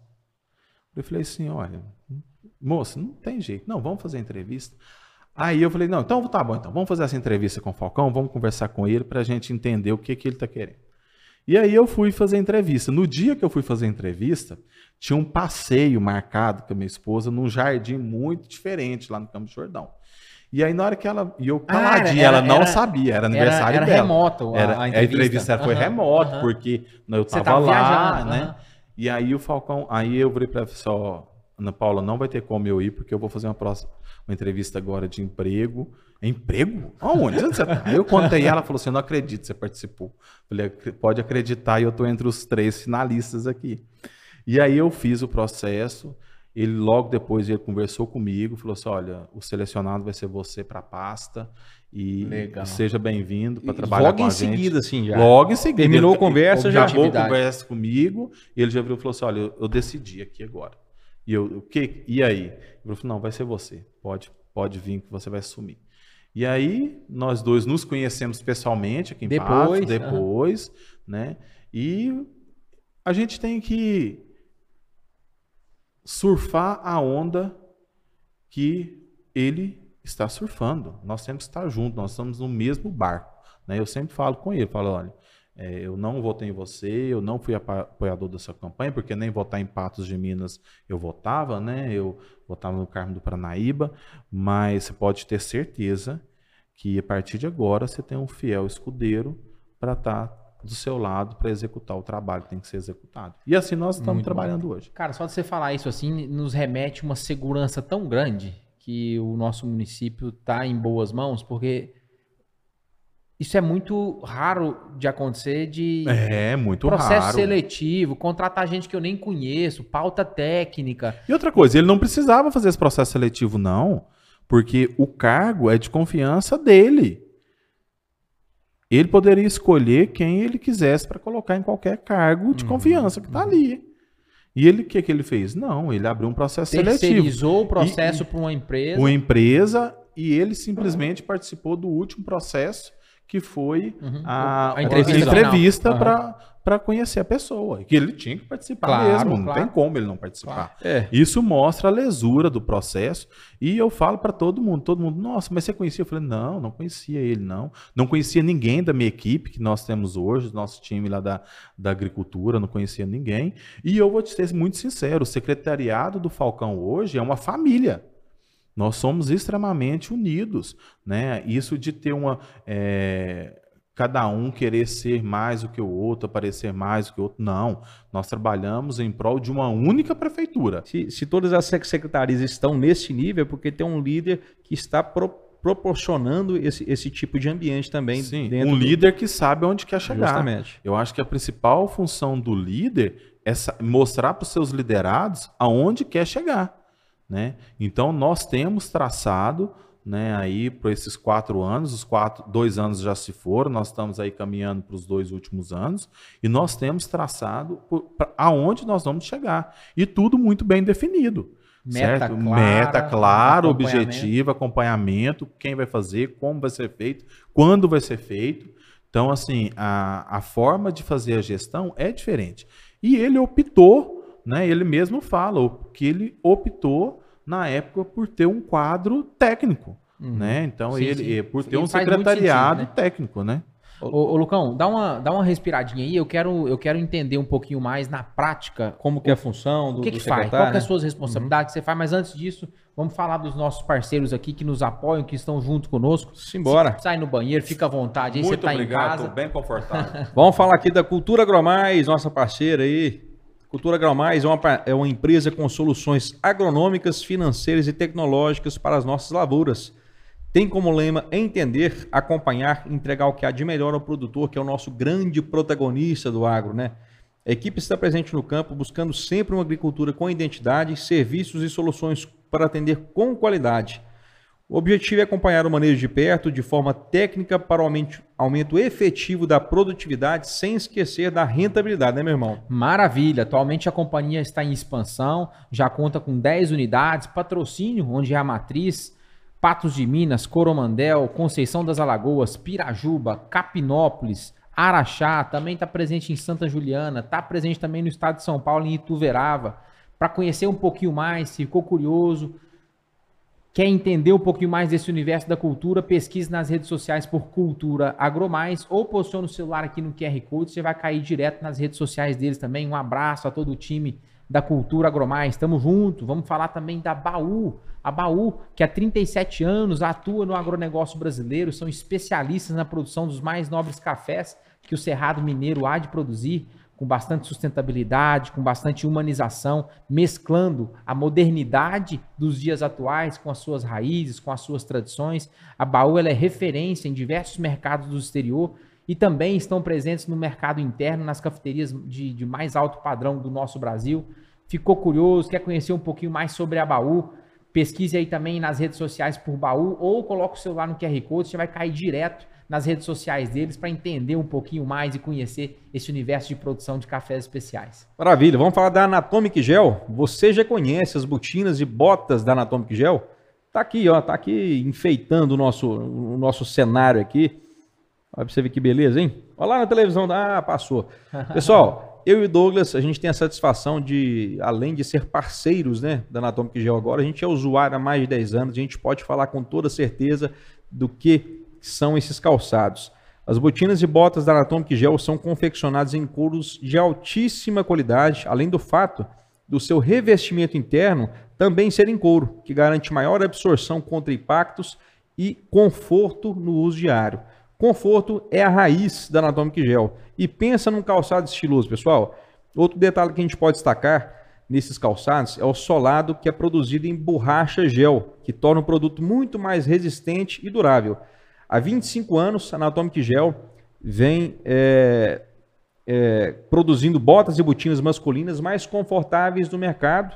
Eu falei assim, olha, moça, não tem jeito. Não, vamos fazer a entrevista. Aí eu falei, não, então tá bom, então vamos fazer essa entrevista com o Falcão, vamos conversar com ele para a gente entender o que, que ele está querendo. E aí eu fui fazer a entrevista. No dia que eu fui fazer a entrevista, tinha um passeio marcado com a minha esposa num jardim muito diferente lá no Campos do Jordão. E aí, na hora que ela... E eu caladinha, ah, ela não era, sabia, era aniversário era, era dela. Remoto, era remoto. A entrevista foi uhum, remoto, uhum. porque eu tava, tava lá, viajando, né? Uhum. E aí o Falcão... Aí eu falei pra ela, só, Ana Paula, não vai ter como eu ir, porque eu vou fazer uma, próxima, uma entrevista agora de emprego. Emprego? Aonde? Onde você tá? Aí eu contei, ela falou assim, eu não acredito que você participou. Falei, pode acreditar, e eu tô entre os três finalistas aqui. E aí eu fiz o processo... Ele logo depois ele conversou comigo, falou assim, olha, o selecionado vai ser você para a pasta e Legal. Seja bem-vindo para trabalhar logo com a em gente. seguida, assim, já. Logo em seguida. Terminou ele, a conversa, já. Já Acabou a conversa comigo e ele já virou e falou assim, olha, eu, eu decidi aqui agora. E eu, o que? E aí? Ele falou, não, vai ser você, pode, pode vir que você vai assumir. E aí, nós dois nos conhecemos pessoalmente aqui em depois, Patos, depois, uhum. né? E a gente tem que surfar a onda que ele está surfando. Nós temos que estar juntos, nós estamos no mesmo barco. Né? Eu sempre falo com ele, falo, olha, é, eu não votei em você, eu não fui apoiador da sua campanha, porque nem votar em Patos de Minas eu votava, né? Eu votava no Carmo do Paranaíba, mas você pode ter certeza que a partir de agora você tem um fiel escudeiro para estar do seu lado para executar o trabalho que tem que ser executado. E assim nós estamos Muito trabalhando bom. Hoje. Cara, só de você falar isso assim, nos remete uma segurança tão grande que o nosso município está em boas mãos, porque isso é muito raro de acontecer, de é, muito processo raro. seletivo, contratar gente que eu nem conheço, pauta técnica. E outra coisa, ele não precisava fazer esse processo seletivo não, porque o cargo é de confiança dele. Ele poderia escolher quem ele quisesse para colocar em qualquer cargo de uhum, confiança que está uhum. ali. E ele, o que, que ele fez? Não, ele abriu um processo Terceirizou seletivo. o processo para uma empresa. Uma empresa e ele simplesmente participou do último processo, que foi Uhum. a, A entrevista entrevista final. para conhecer a pessoa. Que ele tinha que participar Claro, mesmo, não claro. tem como ele não participar. É. Isso mostra a lesura do processo. E eu falo para todo mundo, todo mundo, nossa, mas você conhecia? Eu falei, não, não conhecia ele, não. Não conhecia ninguém da minha equipe que nós temos hoje, nosso time lá da, da agricultura, não conhecia ninguém. E eu vou te ser muito sincero, o secretariado do Falcão hoje é uma família. Nós somos extremamente unidos, né? Isso de ter uma... É, cada um querer ser mais do que o outro, aparecer mais do que o outro, não. Nós trabalhamos em prol de uma única prefeitura. Se, se todas as sec- secretarias estão nesse nível, é porque tem um líder que está pro- proporcionando esse, esse tipo de ambiente também. Sim, dentro um do- líder que sabe onde quer chegar. Justamente. Eu acho que a principal função do líder é sa- mostrar para os seus liderados aonde quer chegar, né? Então nós temos traçado, né, aí por esses quatro anos, os quatro, dois anos já se foram, nós estamos aí caminhando para os dois últimos anos e nós temos traçado por, pra, aonde nós vamos chegar e tudo muito bem definido. Meta certo? clara, Meta clara, acompanhamento. objetivo, acompanhamento, quem vai fazer, como vai ser feito, quando vai ser feito. Então, assim, a, a forma de fazer a gestão é diferente. E ele optou, né, ele mesmo fala que ele optou na época por ter um quadro técnico, Uhum. né? Então, Sim, ele sim. por ter E um faz muito secretariado sentido, né? técnico, né? Ô, ô, Lucão, dá uma, dá uma respiradinha aí, eu quero, eu quero entender um pouquinho mais na prática Como que é a função do, o que, do que faz, secretário, qual que é né? as suas responsabilidades que você faz, mas antes disso, vamos falar dos nossos parceiros aqui que nos apoiam, que estão junto conosco. Simbora. Se sai no banheiro, fica à vontade, aí você tá em casa. bem confortável. Vamos falar aqui da Cultura Agromais, nossa parceira aí. Cultura Agromais é uma, pa- é uma empresa com soluções agronômicas, financeiras e tecnológicas para as nossas lavouras. Tem como lema entender, acompanhar e entregar o que há de melhor ao produtor, que é o nosso grande protagonista do agro, né? A equipe está presente no campo, buscando sempre uma agricultura com identidade, serviços e soluções para atender com qualidade. O objetivo é acompanhar o manejo de perto, de forma técnica, para o aumento, aumento efetivo da produtividade, sem esquecer da rentabilidade, né, meu irmão? Maravilha, atualmente a companhia está em expansão, já conta com dez unidades, patrocínio, onde é a matriz, Patos de Minas, Coromandel, Conceição das Alagoas, Pirajuba, Capinópolis, Araxá, também está presente em Santa Juliana, está presente também no estado de São Paulo, em Ituverava. Para conhecer um pouquinho mais, se ficou curioso, quer entender um pouquinho mais desse universo da cultura, pesquise nas redes sociais por Cultura Agromais ou posicione o celular aqui no Q R Code, você vai cair direto nas redes sociais deles também. Um abraço a todo o time da Cultura Agromais, estamos juntos. Vamos falar também da Baú. A Baú, que há trinta e sete anos atua no agronegócio brasileiro, são especialistas na produção dos mais nobres cafés que o Cerrado Mineiro há de produzir, com bastante sustentabilidade, com bastante humanização, mesclando a modernidade dos dias atuais com as suas raízes, com as suas tradições. A Baú ela é referência em diversos mercados do exterior e também estão presentes no mercado interno, nas cafeterias de, de mais alto padrão do nosso Brasil. Ficou curioso, quer conhecer um pouquinho mais sobre a Baú? Pesquise aí também nas redes sociais por Baú ou coloque o celular no Q R Code, você vai cair direto nas redes sociais deles para entender um pouquinho mais e conhecer esse universo de produção de cafés especiais. Maravilha, vamos falar da Anatomic Gel. Você já conhece as botinas e botas da Anatomic Gel? Tá aqui, ó, tá aqui enfeitando o nosso, o nosso cenário aqui. Olha pra você ver que beleza, hein? Olha lá na televisão, ah, passou. Pessoal, eu e o Douglas, a gente tem a satisfação de, além de ser parceiros, né, da Anatomic Gel agora, a gente é usuário há mais de dez anos, a gente pode falar com toda certeza do que são esses calçados. As botinas e botas da Anatomic Gel são confeccionadas em couros de altíssima qualidade, além do fato do seu revestimento interno também ser em couro, que garante maior absorção contra impactos e conforto no uso diário. Conforto é a raiz da Anatomic Gel. E pensa num calçado estiloso, pessoal. Outro detalhe que a gente pode destacar nesses calçados é o solado, que é produzido em borracha gel, que torna o produto muito mais resistente e durável. Há vinte e cinco anos, a Anatomic Gel vem é, é, produzindo botas e botinas masculinas mais confortáveis do mercado,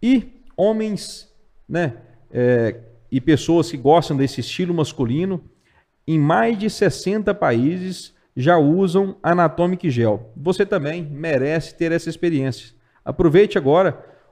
e homens, né, é, e pessoas que gostam desse estilo masculino, em mais de sessenta países já usam Anatomic Gel. Você também merece ter essa experiência. Aproveite agora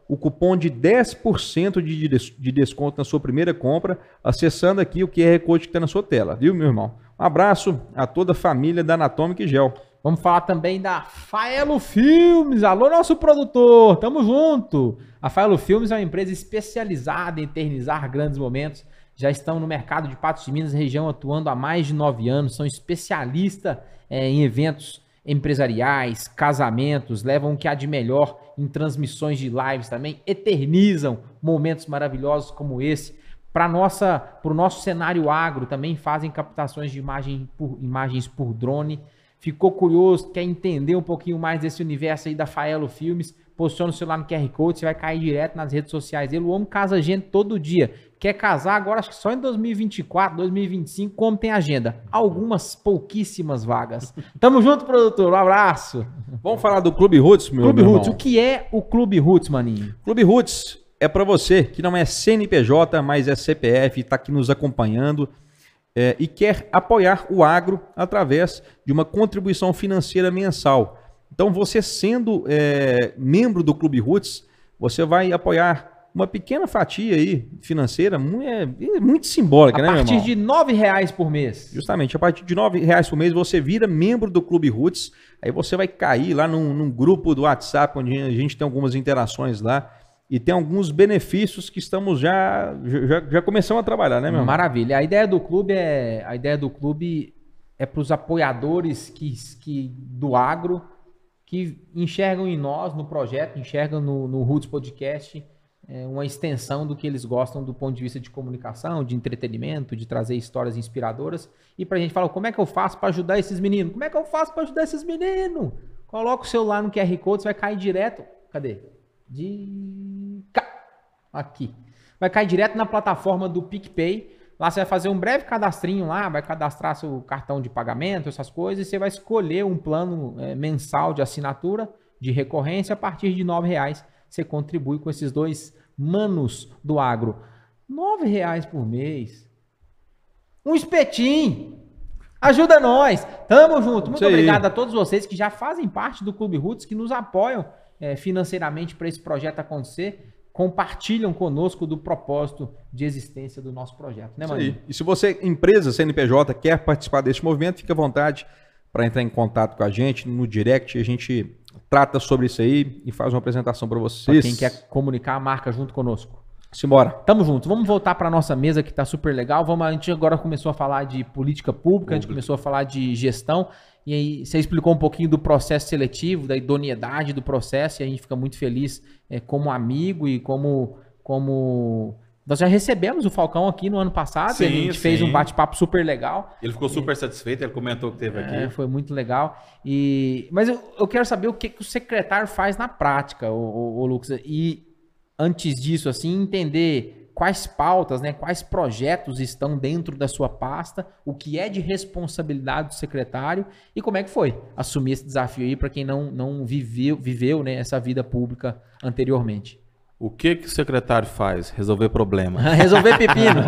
o cupom de dez por cento de, des de desconto na sua primeira compra, acessando aqui o Q R Code que está na sua tela, viu, meu irmão? Um abraço a toda a família da Anatomic Gel. Vamos falar também da Faelo Filmes. Alô, nosso produtor, tamo junto. A Faelo Filmes é uma empresa especializada em eternizar grandes momentos. Já estão no mercado de Patos de Minas, região, atuando há mais de nove anos. São especialistas é, em eventos empresariais, casamentos, levam o que há de melhor em transmissões de lives também, eternizam momentos maravilhosos como esse. Para nossa, para o nosso cenário agro, também fazem captações de imagem por, imagens por drone. Ficou curioso, quer entender um pouquinho mais desse universo aí da Faelo Filmes? Posiciona o celular no Q R Code, você vai cair direto nas redes sociais dele. O homem casa gente todo dia. Quer casar agora, acho que só em dois mil e vinte e quatro, dois mil e vinte e cinco, como tem agenda? Algumas pouquíssimas vagas. Tamo junto, produtor. Um abraço. Vamos falar do Clube Roots, meu, Clube meu Roots. O irmão. que é o Clube Roots, maninho? Clube Roots é para você que não é C N P J, mas é C P F, está aqui nos acompanhando é, e quer apoiar o agro através de uma contribuição financeira mensal. Então, você sendo é, membro do Clube Roots, você vai apoiar uma pequena fatia aí financeira, é, é muito simbólica, a né, meu irmão? A partir de nove reais por mês. Justamente, a partir de nove reais por mês você vira membro do Clube Roots, aí você vai cair lá num, num grupo do WhatsApp, onde a gente tem algumas interações lá, e tem alguns benefícios que estamos já, já, já começamos a trabalhar, né, meu irmão? Maravilha. A ideia do clube é, a ideia do clube é para os apoiadores que, que, do agro, que enxergam em nós, no projeto, enxergam no, no Roots Podcast, é uma extensão do que eles gostam do ponto de vista de comunicação, de entretenimento, de trazer histórias inspiradoras. E pra gente falar, como é que eu faço para ajudar esses meninos? Como é que eu faço para ajudar esses meninos? Coloca o celular no Q R Code, você vai cair direto. Cadê? De cá. Aqui. Vai cair direto na plataforma do PicPay. Lá você vai fazer um breve cadastrinho lá, vai cadastrar seu cartão de pagamento, essas coisas, e você vai escolher um plano é, mensal de assinatura, de recorrência, a partir de nove reais. Você contribui com esses dois manos do agro. nove reais por mês. Um espetinho. Ajuda nós. Tamo junto. Muito obrigado a todos vocês que já fazem parte do Clube Roots, que nos apoiam é, financeiramente para esse projeto acontecer. Compartilham conosco do propósito de existência do nosso projeto. Né, Maninho? E se você, empresa C N P J, quer participar desse movimento, fique à vontade para entrar em contato com a gente no direct. A gente trata sobre isso aí e faz uma apresentação para vocês. Pra quem quer comunicar a marca junto conosco. Simbora. Tamo junto. Vamos voltar para nossa mesa que tá super legal. Vamos, a gente agora começou a falar de política pública, a gente começou a falar de gestão. E aí você explicou um pouquinho do processo seletivo, da idoneidade do processo, e a gente fica muito feliz é, como amigo e como, como... Nós já recebemos o Falcão aqui no ano passado, sim, a gente sim. fez um bate-papo super legal. Ele ficou super e, satisfeito, ele comentou que teve aqui. É, foi muito legal. E, mas eu, eu quero saber o que, que o secretário faz na prática, o, o, o Lucas. E antes disso, assim, entender quais pautas, né, quais projetos estão dentro da sua pasta, o que é de responsabilidade do secretário e como é que foi assumir esse desafio aí para quem não, não viveu, viveu né, essa vida pública anteriormente. O que que o secretário faz? Resolver problema. Resolver pepino.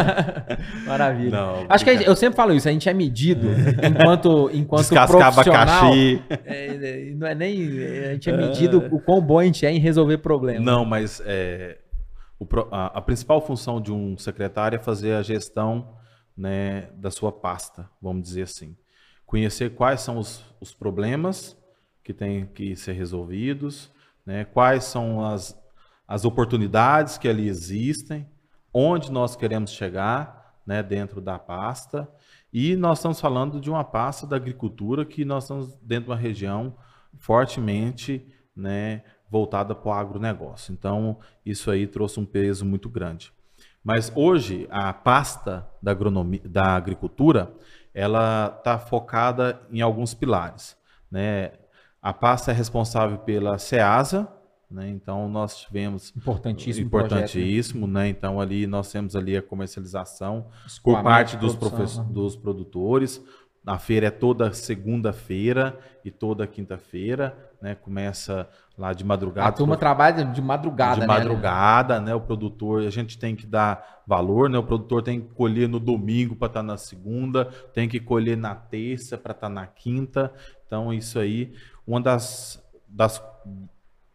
Maravilha. Não, acho que gente, eu sempre falo isso, a gente é medido enquanto, enquanto Descascar profissional. Abacaxi. É, não é nem... A gente é medido é. o quão bom a gente é em resolver problema. Não, mas é, o, a, a principal função de um secretário é fazer a gestão, né, da sua pasta, vamos dizer assim. Conhecer quais são os, os problemas que têm que ser resolvidos, né, quais são as... as oportunidades que ali existem, onde nós queremos chegar, né, dentro da pasta. E nós estamos falando de uma pasta da agricultura que nós estamos dentro de uma região fortemente, né, voltada para o agronegócio. Então, isso aí trouxe um peso muito grande. Mas hoje, a pasta da, agronomia, da agricultura, ela está focada em alguns pilares, né? A pasta é responsável pela SEASA, né? Então nós tivemos importantíssimo, importantíssimo projeto, né? Então ali nós temos ali a comercialização por Escoamento, parte dos, produção, profe- dos produtores. A feira é toda segunda-feira e toda quinta-feira, né? Começa lá de madrugada. A turma pro... trabalha de madrugada, de né? madrugada, né? O produtor, a gente tem que dar valor, né? O produtor tem que colher no domingo para estar na segunda, tem que colher na terça para estar na quinta. Então isso aí, uma das, das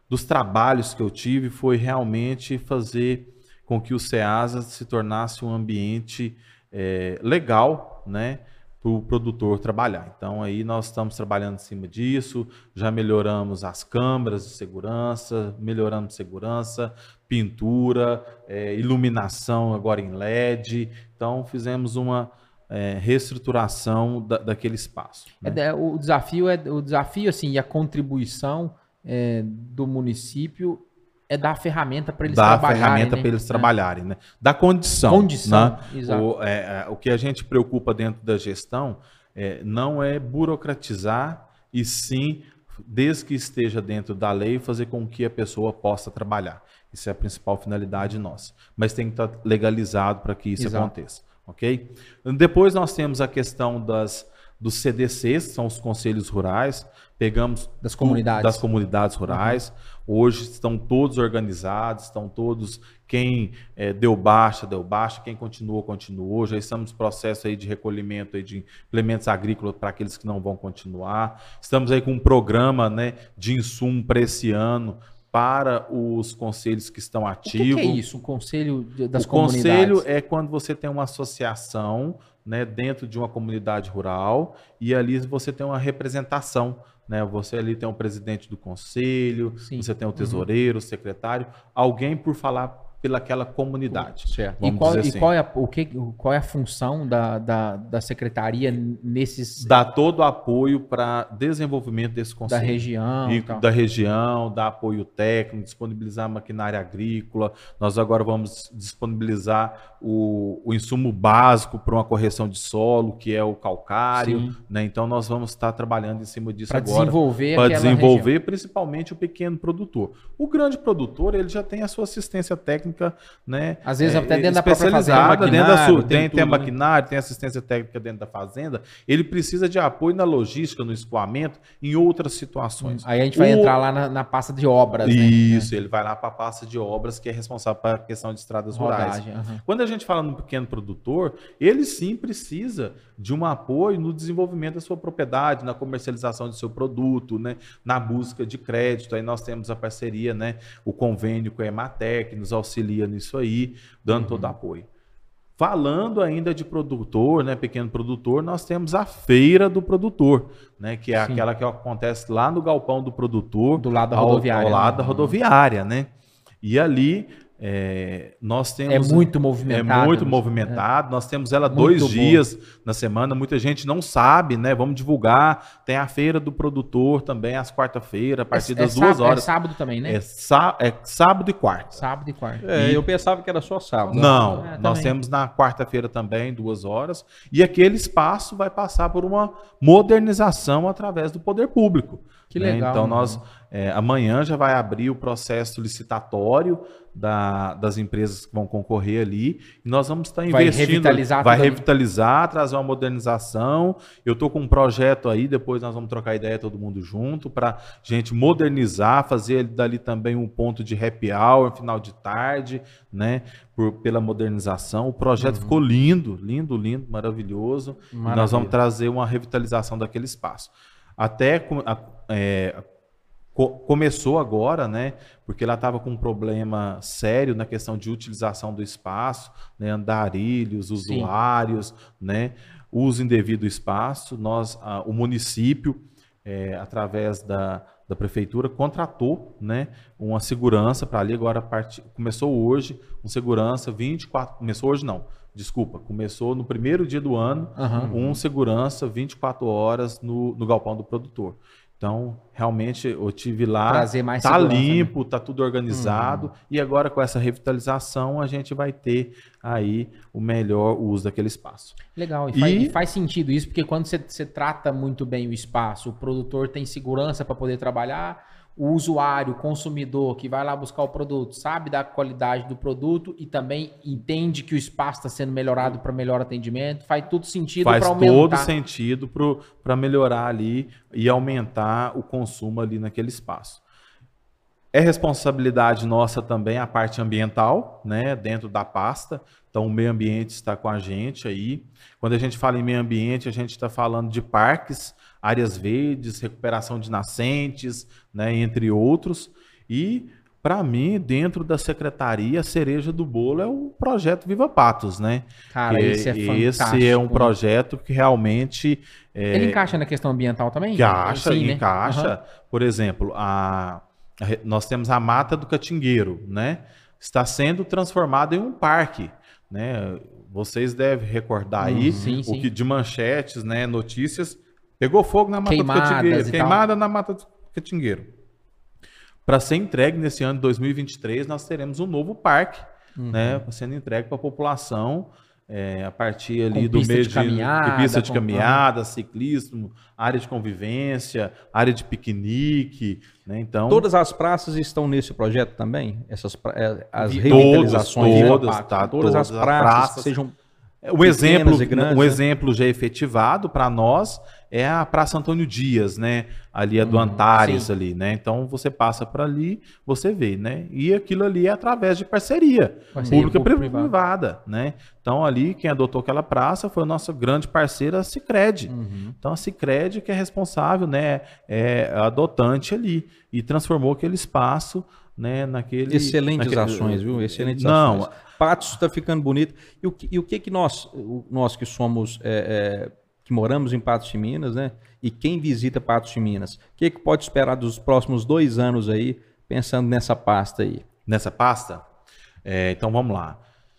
dos trabalhos que eu tive foi realmente fazer com que o SEASA se tornasse um ambiente é, legal, né, para o produtor trabalhar. Então aí nós estamos trabalhando em cima disso, já melhoramos as câmeras de segurança, melhoramos segurança, pintura, é, iluminação agora em L E D. Então fizemos uma é, reestruturação da, daquele espaço. Né? É, o desafio é o desafio assim e a contribuição é, do município é dar a ferramenta para eles Dá trabalharem. Dá a ferramenta né? para eles trabalharem, né? Da condição. Condição, né? exato. O, é, o que a gente preocupa dentro da gestão é, não é burocratizar, e sim, desde que esteja dentro da lei, fazer com que a pessoa possa trabalhar. Isso é a principal finalidade nossa. Mas tem que estar legalizado para que isso Exato. aconteça. Ok? Depois nós temos a questão das, dos C D Cs, que são os conselhos rurais. Pegamos Das comunidades. das comunidades rurais. Uhum. Hoje estão todos organizados, estão todos, quem é, deu baixa, deu baixa, quem continuou, continuou. Já estamos no processo aí de recolhimento aí de implementos agrícolas para aqueles que não vão continuar. Estamos aí com um programa, né, de insumo para esse ano para os conselhos que estão ativos. O que, que é isso, o conselho das o comunidades? O conselho é quando você tem uma associação, né, dentro de uma comunidade rural e ali você tem uma representação. Né? Você ali tem o presidente do conselho, Sim. você tem o tesoureiro, uhum. o secretário, alguém por falar pelaquela comunidade. Certo. E, qual, assim. e qual, é a, o que, qual é a função da, da, da secretaria nesses... Dá todo o apoio para desenvolvimento desse conselho. Da região. E, da região, dá apoio técnico, disponibilizar maquinária agrícola. Nós agora vamos disponibilizar o, o insumo básico para uma correção de solo, que é o calcário. Né? Então nós vamos estar trabalhando em cima disso pra agora. Desenvolver para desenvolver região. Principalmente o pequeno produtor. O grande produtor, ele já tem a sua assistência técnica, né? Às vezes é, até dentro da própria fazenda, dentro da sua, tem, tem, tem tudo, a maquinário, né? Tem assistência técnica dentro da fazenda. Ele precisa de apoio na logística, no escoamento, em outras situações. Aí a gente vai o... entrar lá na, na pasta de obras. Isso, né? Ele vai lá para a pasta de obras, que é responsável pela questão de estradas Rodagem, rurais. Uhum. Quando a gente fala no pequeno produtor, ele sim precisa de um apoio no desenvolvimento da sua propriedade, na comercialização do seu produto, né? Na busca de crédito. Aí nós temos a parceria, né? O convênio com a Ematec, que nos auxilia nisso aí, dando uhum. todo apoio. Falando ainda de produtor, né, pequeno produtor, nós temos a feira do produtor, né, que é Sim. aquela que acontece lá no galpão do produtor, do lado da rodoviária, ao, ao lado né? da rodoviária, né? E ali é, nós temos... É muito movimentado. É muito movimentado. É. Nós temos ela muito dois bom. dias na semana. Muita gente não sabe, né? Vamos divulgar. Tem a feira do produtor também, às quarta-feira, a partir é, das é duas sábado, horas. É sábado também, né? É, sá, é sábado e quarta. Sábado e quarta. É, e... eu pensava que era só sábado. Não, é, nós temos na quarta-feira também, duas horas. E aquele espaço vai passar por uma modernização através do poder público. Que né? legal. Então, nós é, amanhã já vai abrir o processo licitatório da, das empresas que vão concorrer ali. E nós vamos estar investindo. Vai revitalizar. Vai revitalizar, trazer uma modernização. Eu estou com um projeto aí, depois nós vamos trocar ideia todo mundo junto, para gente modernizar, fazer dali também um ponto de happy hour, final de tarde, né? Por, pela modernização. O projeto uhum. ficou lindo, lindo, lindo, maravilhoso. E nós vamos trazer uma revitalização daquele espaço. Até é, começou agora, né? Porque ela estava com um problema sério na questão de utilização do espaço, né? Andarilhos, usuários, Sim. né? Uso indevido do espaço. Nós, a, o município, é, através da, da prefeitura, contratou, né? Uma segurança para ali. Agora part... começou hoje, um segurança vinte e quatro. Começou hoje não. Desculpa, começou no primeiro dia do ano, uhum. um segurança vinte e quatro horas no, no galpão do produtor. Então, realmente, eu tive lá, Trazer mais tá limpo, né? Tá tudo organizado, uhum. e agora com essa revitalização a gente vai ter aí o melhor uso daquele espaço. Legal, e, e... Faz, e faz sentido isso, porque quando você, você trata muito bem o espaço, o produtor tem segurança para poder trabalhar, o usuário, o consumidor que vai lá buscar o produto, sabe da qualidade do produto e também entende que o espaço está sendo melhorado para melhor atendimento, faz tudo sentido para aumentar. Faz todo sentido para melhorar ali e aumentar o consumo ali naquele espaço. É responsabilidade nossa também a parte ambiental, né, dentro da pasta. Então o meio ambiente está com a gente aí. Quando a gente fala em meio ambiente, a gente está falando de parques, áreas verdes, recuperação de nascentes, né, entre outros. E, para mim, dentro da secretaria, a cereja do bolo é o projeto Viva Patos, né? Cara, Que esse é fantástico. Esse é um projeto que realmente... é, Ele encaixa na questão ambiental também? Encaixa, Sim, né? encaixa. Aham. Por exemplo, a, a re- nós temos a Mata do Catingueiro, né? Está sendo transformado em um parque, né? Vocês devem recordar aí Sim, o sim. que de manchetes, né? Notícias. Pegou fogo na Mata Queimadas do Catingueiro. e Queimada na Mata do Catingueiro. Para ser entregue nesse ano de dois mil e vinte e três, nós teremos um novo parque, né? Sendo entregue para a população. É, a partir ali Com do pista mês de caminhada, pista de com- caminhada, ciclismo, área de convivência, área de piquenique, né? Então, Todas as praças estão nesse projeto também? Essas pra- é, as Todas, revitalizações? todas, Viva Patos, tá, todas as todas as praças, praças. que sejam um exemplo, pequenas e grandes, um né? exemplo já efetivado para nós é a Praça Antônio Dias, né? Ali é do Antares sim. ali, né? Então você passa por ali, você vê, né? E aquilo ali é através de parceria, Parceria pública público-privada. privada, né? Então ali quem adotou aquela praça foi a nossa grande parceira, a Sicredi. Então a Sicredi que é responsável, né? É a adotante ali e transformou aquele espaço, né? Naquele excelentes naquele- ações, viu? Excelentes Não, ações. Patos está ficando bonito. E o que, e o que que nós, o- nós que somos, é, é, que moramos em Patos de Minas, né? E quem visita Patos de Minas, o que, que pode esperar dos próximos dois anos aí, pensando nessa pasta aí? nessa pasta. É, então vamos lá.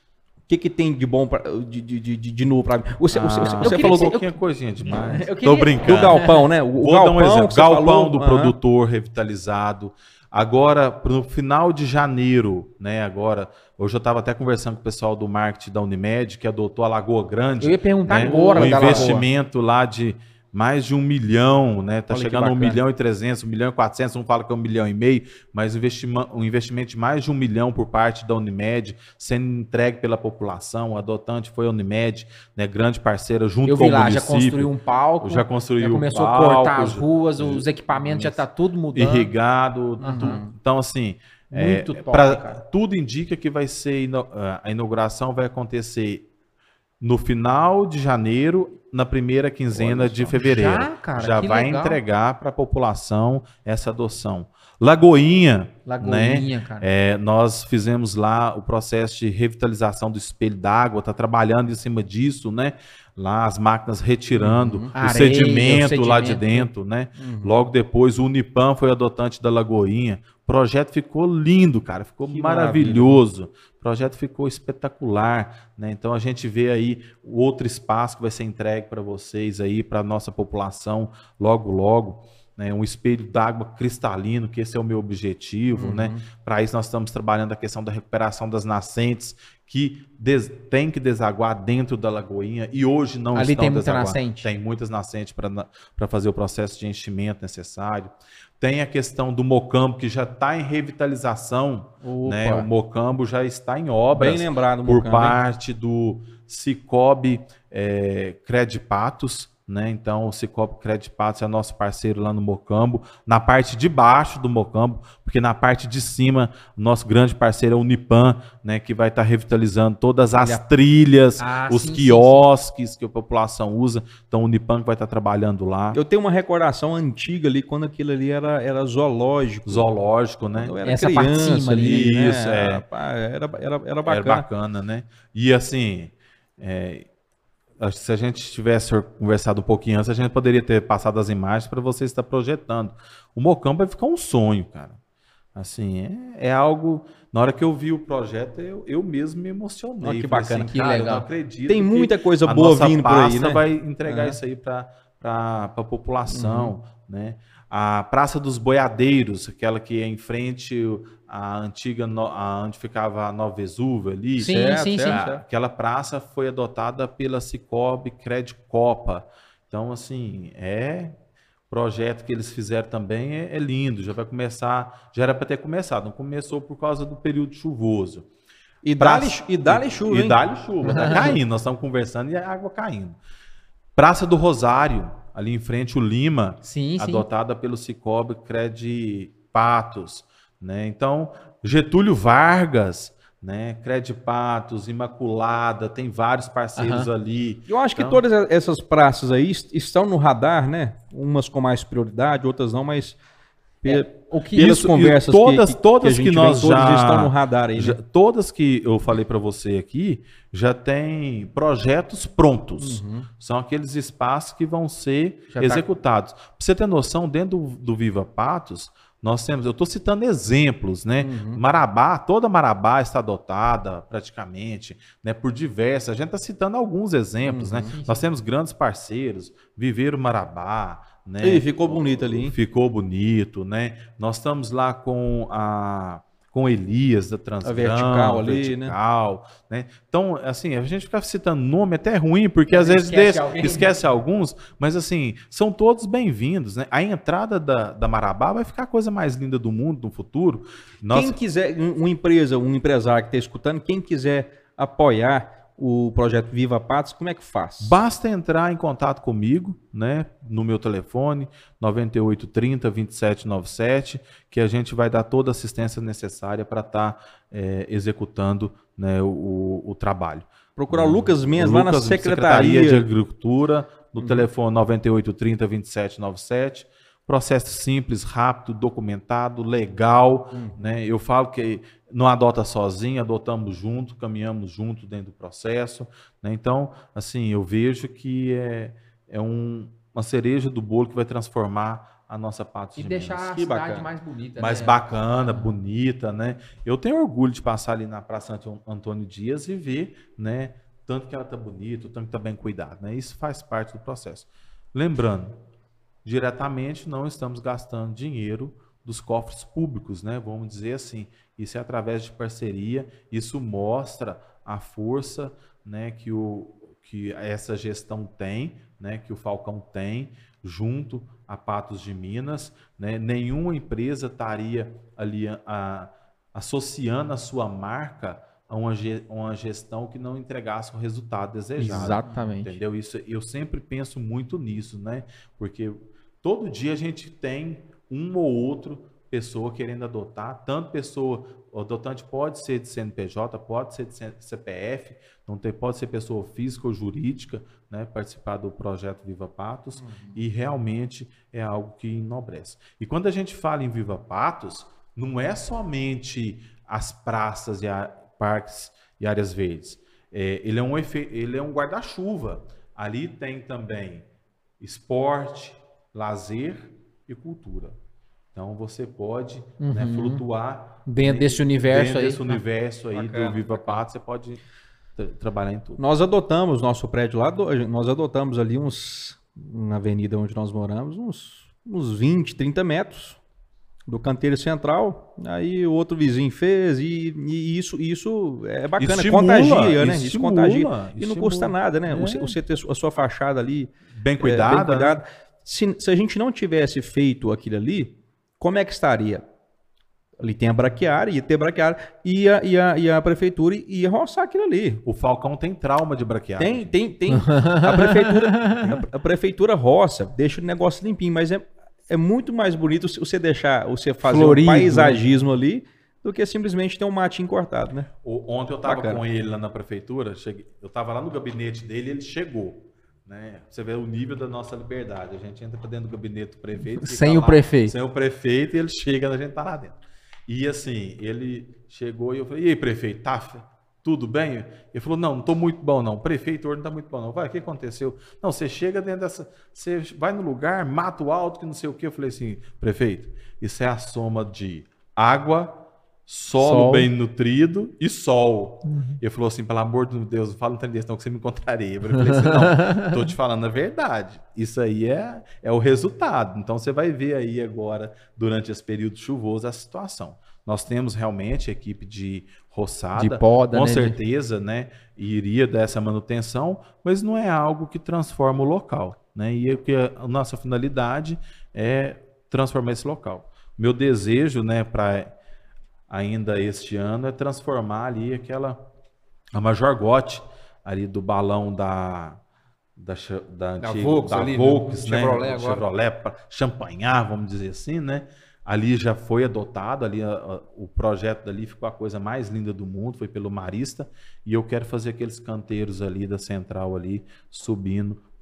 O que, que tem de bom, pra, de, de, de, de novo para mim? Você, você, Ah, você, eu você queria falou que do, você- pouquinho coisinha demais. Eu Tô queria- brincando. do galpão, né? O, o Vou galpão, dar um exemplo. que você Galpão falou, do aham. produtor revitalizado. Agora, no final de janeiro, né? Agora, hoje eu estava até conversando com o pessoal do marketing da Unimed, que adotou a Lagoa Grande. Eu ia perguntar né? agora Um da investimento lá de mais de um milhão, né? Tá Olha que chegando a um bacana. milhão e trezentos, um milhão e quatrocentos, um fala que é um milhão e meio, mas investima- um investimento de mais de um milhão por parte da Unimed, sendo entregue pela população. O adotante foi a Unimed, né? Grande parceira junto Eu com vi o lá, já município. construiu um palco. Já construiu já começou o a cortar palco, as já- ruas, os equipamentos já tá tudo mudando. irrigado. Uhum. tu- então, assim, Muito é, top, pra- cara. tudo indica que vai ser ino- a inauguração vai acontecer no final de janeiro, na primeira quinzena Olha de só. fevereiro. Já, cara, Já que vai legal. entregar para a população essa adoção. Lagoinha, Lagoinha, né? cara. É, nós fizemos lá o processo de revitalização do espelho d'água, tá trabalhando em cima disso, né? Lá as máquinas retirando Uhum. o, Areia, sedimento o lá de sedimento. dentro, né? Logo depois o Unipam foi adotante da Lagoinha. O projeto ficou lindo, cara, ficou Que maravilhoso. O projeto ficou espetacular, né? Então a gente vê aí o outro espaço que vai ser entregue para vocês aí, para nossa população, logo logo. Né, um espelho d'água cristalino, que esse é o meu objetivo, né? Para isso nós estamos trabalhando a questão da recuperação das nascentes que des- tem que desaguar dentro da lagoinha e hoje não Ali estão tem muita desaguando. nascente? Tem muitas nascentes para fazer o processo de enchimento necessário. Tem a questão do Mocambo, que já está em revitalização, Opa. né? O Mocambo já está em obras Bem lembrado, por Mocambo, hein? parte do Cicobi é, Credipatos, né? Então o Cicobi Credipatos é nosso parceiro lá no Mocambo, na parte de baixo do Mocambo, porque na parte de cima, o nosso grande parceiro é o Unipam, né? Que vai estar revitalizando todas as Olha. trilhas, Ah, os sim, sim, quiosques que a população usa. Então o Unipam que vai estar trabalhando lá. Eu tenho uma recordação antiga ali, quando aquilo ali era, era zoológico. Zoológico, né? Eu era Essa parte de criança cima ali, ali, né? Isso, é. Rapaz, Era, era, era Era bacana. bacana, né? E assim, é, acho que se a gente tivesse conversado um pouquinho antes, a gente poderia ter passado as imagens para você estar projetando. O Mocambo vai ficar um sonho, cara. Assim, é, é algo... Na hora que eu vi o projeto, eu, eu mesmo me emocionei. Olha que Falei bacana. assim, Que cara, eu legal. não acredito Tem que muita coisa a boa nossa vindo por aí, pasta né? vai entregar É. isso aí para a população, né? A Praça dos Boiadeiros, aquela que é em frente à antiga, no- a, onde ficava a Nova Vesúvio ali. Sim, Certo, sim, sim. certo. A- Aquela praça foi adotada pela Cicobi Credicopa. Então, assim, é projeto que eles fizeram também é, é lindo. Já vai começar, já era para ter começado, não começou por causa do período chuvoso. E Praça- dá-lhe e dá-lhe chuva, E hein? dá-lhe chuva, tá caindo. Nós estamos conversando e a água caindo. Praça do Rosário, ali em frente o Lima, Sim, sim. adotada pelo Cicobi Credipatos, né? Então, Getúlio Vargas, né? Credipatos, Imaculada, tem vários parceiros Aham. ali. Eu acho que Então- todas essas praças aí est- estão no radar, né? Umas com mais prioridade, outras não, mas Pe- O que Pelas Isso, e conversas todas- que, todas a que gente nós vem, todas já- estão no radar aí, né? Já- todas que eu falei para você aqui já tem projetos prontos. Uhum. São aqueles espaços que vão ser Já tá- executados. Para você ter noção, dentro do, do Viva Patos, nós temos, eu estou citando exemplos, né? Uhum. Marabá, toda Marabá está dotada praticamente, né? Por diversas. A gente está citando alguns exemplos, Uhum. né? Nós temos grandes parceiros, Viveiro Marabá, né? Ih, ficou bonito ali, hein? Ficou bonito, né? Nós estamos lá com a com Elias da Transgram, A vertical ali, vertical, né? Então, assim, a gente fica citando nome até ruim, porque às vezes Esquece deixa- alguém. esquece alguns, mas assim, são todos bem-vindos, né? A entrada da, da Marabá vai ficar a coisa mais linda do mundo no futuro. Nós, Quem quiser, um- uma empresa, um empresário que está escutando, quem quiser apoiar o projeto Viva Patos, como é que faz? Basta entrar em contato comigo, né, no meu telefone, nove oito três zero, dois sete nove sete, que a gente vai dar toda a assistência necessária para estar executando, né, o, o trabalho. Procurar o Lucas Mendes O lá na Lucas, Secretaria. de Agricultura, no telefone nove oito três zero, dois sete nove sete. Processo simples, rápido, documentado, legal, né? Eu falo que não adota sozinho, adotamos junto, caminhamos junto dentro do processo, né? Então, assim, eu vejo que é, é um, uma cereja do bolo que vai transformar a nossa Patos E de deixar Minas. a Que cidade bacana. mais bonita. Mais né? bacana, bonita, né? Eu tenho orgulho de passar ali na Praça Anto- Antônio Dias e ver, né, tanto que ela tá bonita, tanto que tá bem cuidada, né? Isso faz parte do processo. Lembrando, diretamente não estamos gastando dinheiro dos cofres públicos, né? Vamos dizer assim. Isso é através de parceria, isso mostra a força, né, que, o, que essa gestão tem, né, que o Falcão tem, junto a Patos de Minas, né? Nenhuma empresa estaria ali a, a, associando a sua marca a uma, ge- uma gestão que não entregasse o resultado desejado. Exatamente. Entendeu? Isso, eu sempre penso muito nisso, né? Porque todo dia a gente tem um ou outro pessoa querendo adotar, tanto pessoa, o adotante pode ser de C N P J, pode ser de C P F, não tem, pode ser pessoa física ou jurídica, né, participar do projeto Viva Patos, uhum. E realmente é algo que enobrece. E quando a gente fala em Viva Patos, não é somente as praças e a, parques e áreas verdes. É, ele é um, efe, ele é um guarda-chuva. Ali tem também esporte, lazer e cultura. Então você pode, uhum. né, flutuar dentro desse universo dentro aí. desse universo aí Bacana, do Viva Patos, você pode tra trabalhar em tudo. Nós adotamos nosso prédio lá, do- nós adotamos ali uns, na avenida onde nós moramos, uns, uns vinte, trinta metros do canteiro central. Aí o outro vizinho fez e, e isso, isso é bacana, Estimula, contagia, né? Isso estimula, contagia. E não estimula. custa nada, né? É. Você, você ter a sua fachada ali Bem é, cuidada. bem cuidada. Se, se a gente não tivesse feito aquilo ali, como é que estaria? Ali tem a braquiária, ia ter braquiária, e a, e a, e a prefeitura ia roçar aquilo ali. O Falcão tem trauma de braquiagem. Tem, tem, tem. A prefeitura, a, a prefeitura roça, deixa o negócio limpinho, mas é, é muito mais bonito você deixar, você fazer Florido, um paisagismo ali, do que simplesmente ter um matinho cortado, né? O- Ontem eu estava Bacana. com ele lá na prefeitura, cheguei, eu estava lá no gabinete dele e ele chegou. Né? Você vê o nível da nossa liberdade. A gente entra para dentro do gabinete do prefeito. fica Sem o lá, prefeito. Sem o prefeito e ele chega, a gente tá lá dentro. E assim, ele chegou e eu falei, e aí, prefeito, tá f- tudo bem? Ele falou, não, não tô muito bom não. Prefeito, hoje não tá muito bom não. Vai, o que aconteceu? Não, você chega dentro dessa... Você vai no lugar, mata o alto, que não sei o que. Eu falei assim, prefeito, isso é a soma de água... Solo Sol. bem nutrido e sol. Uhum. Ele falou assim, pelo amor de Deus, não fala um trem desse não que você me encontraria. Eu falei assim, não, tô te falando a verdade. Isso aí é, é o resultado. Então você vai ver aí agora, durante esse período chuvoso, a situação. Nós temos realmente equipe de roçada, De poda, com né, de- certeza, né? Iria dar essa manutenção, mas não é algo que transforma o local. Né? E é que a nossa finalidade é transformar esse local. Meu desejo, né, para ainda este ano é transformar ali aquela a Major Gotti ali do balão da da, cha- da, Da antiga- Volks da ali, Volks, né? né? Chevrolet agora. Chevrolet para champanhar, vamos dizer assim, né? Ali já foi adotado, ali a- a- o projeto dali ficou a coisa mais linda do mundo, foi pelo Marista, e eu quero fazer aqueles canteiros ali da central ali subindo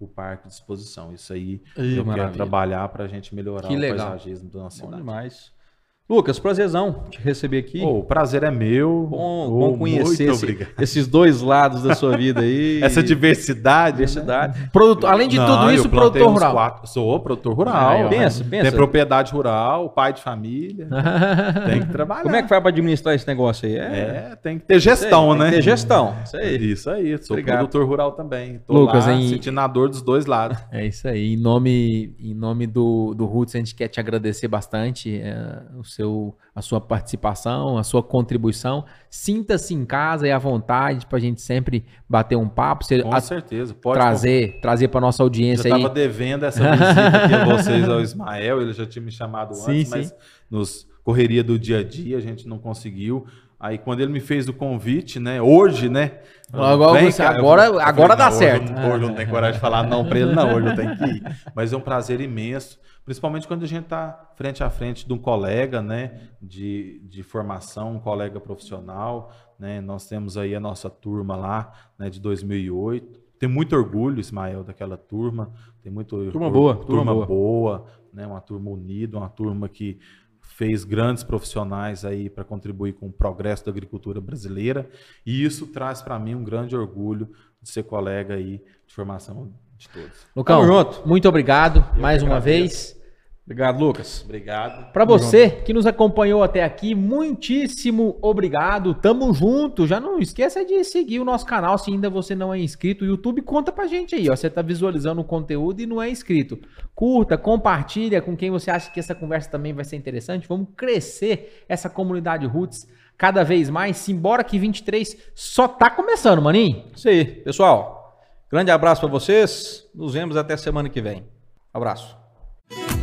o parque de exposição. Isso aí Ih, eu maravilha. quero trabalhar para a gente melhorar Que o legal. paisagismo da nossa Bom cidade. demais. Lucas, prazerzão te receber aqui. Oh, o prazer é meu. Bom, Oh, bom conhecer muito esse- obrigado. esses dois lados da sua vida aí. Essa diversidade. diversidade. Produto, além de Não, tudo eu isso, plantei produtor uns rural. quatro- Sou produtor rural. Aí, ó. Pensa, pensa. Tem propriedade rural, pai de família. Tem que trabalhar. Como é que faz para administrar esse negócio aí? É, tem que ter gestão, Isso aí, né? tem que ter gestão. Isso aí. Isso aí, sou Obrigado. produtor rural também. Tô Lucas, lá em- sentindo a dor dos dois lados. É isso aí. Em nome, em nome do, do Roots, a gente quer te agradecer bastante é, o seu, a sua participação, a sua contribuição. Sinta-se em casa e à vontade para a gente sempre bater um papo, você, Com a- certeza. Pode trazer, trazer para nossa Eu audiência já aí. estava devendo essa visita aqui a vocês, ao Ismael. Ele já tinha me chamado Sim, antes, sim. mas nos correria do dia a dia a gente não conseguiu. Aí quando ele me fez o convite, né? Hoje, né? Agora vem, você- cara. Eu agora- falei, eu agora falei, dá não, certo. Hoje, eu não- hoje eu não tenho coragem de falar não para ele, não. Hoje eu tenho que ir. Mas é um prazer imenso, principalmente quando a gente está frente a frente de um colega, né? De, de formação, um colega profissional, né? Nós temos aí a nossa turma lá, né? De dois mil e oito. Tem muito orgulho, Ismael, daquela turma. Tem muito Turma or- boa, turma, turma boa. boa, né? Uma turma unida, uma turma que fez grandes profissionais aí para contribuir com o progresso da agricultura brasileira, e isso traz para mim um grande orgulho de ser colega aí de formação de todos. Lucão, Tamo junto. muito obrigado mais que uma agradeço. vez. Obrigado, Lucas. Obrigado. Para você que nos acompanhou até aqui, muitíssimo obrigado. Tamo junto. Já não esqueça de seguir o nosso canal se ainda você não é inscrito. O YouTube conta pra gente aí, ó. Você tá visualizando o conteúdo e não é inscrito. Curta, compartilha com quem você acha que essa conversa também vai ser interessante. Vamos crescer essa comunidade Roots cada vez mais. Simbora que vinte e três só tá começando, maninho. Isso aí, pessoal. Grande abraço para vocês. Nos vemos até semana que vem. Abraço.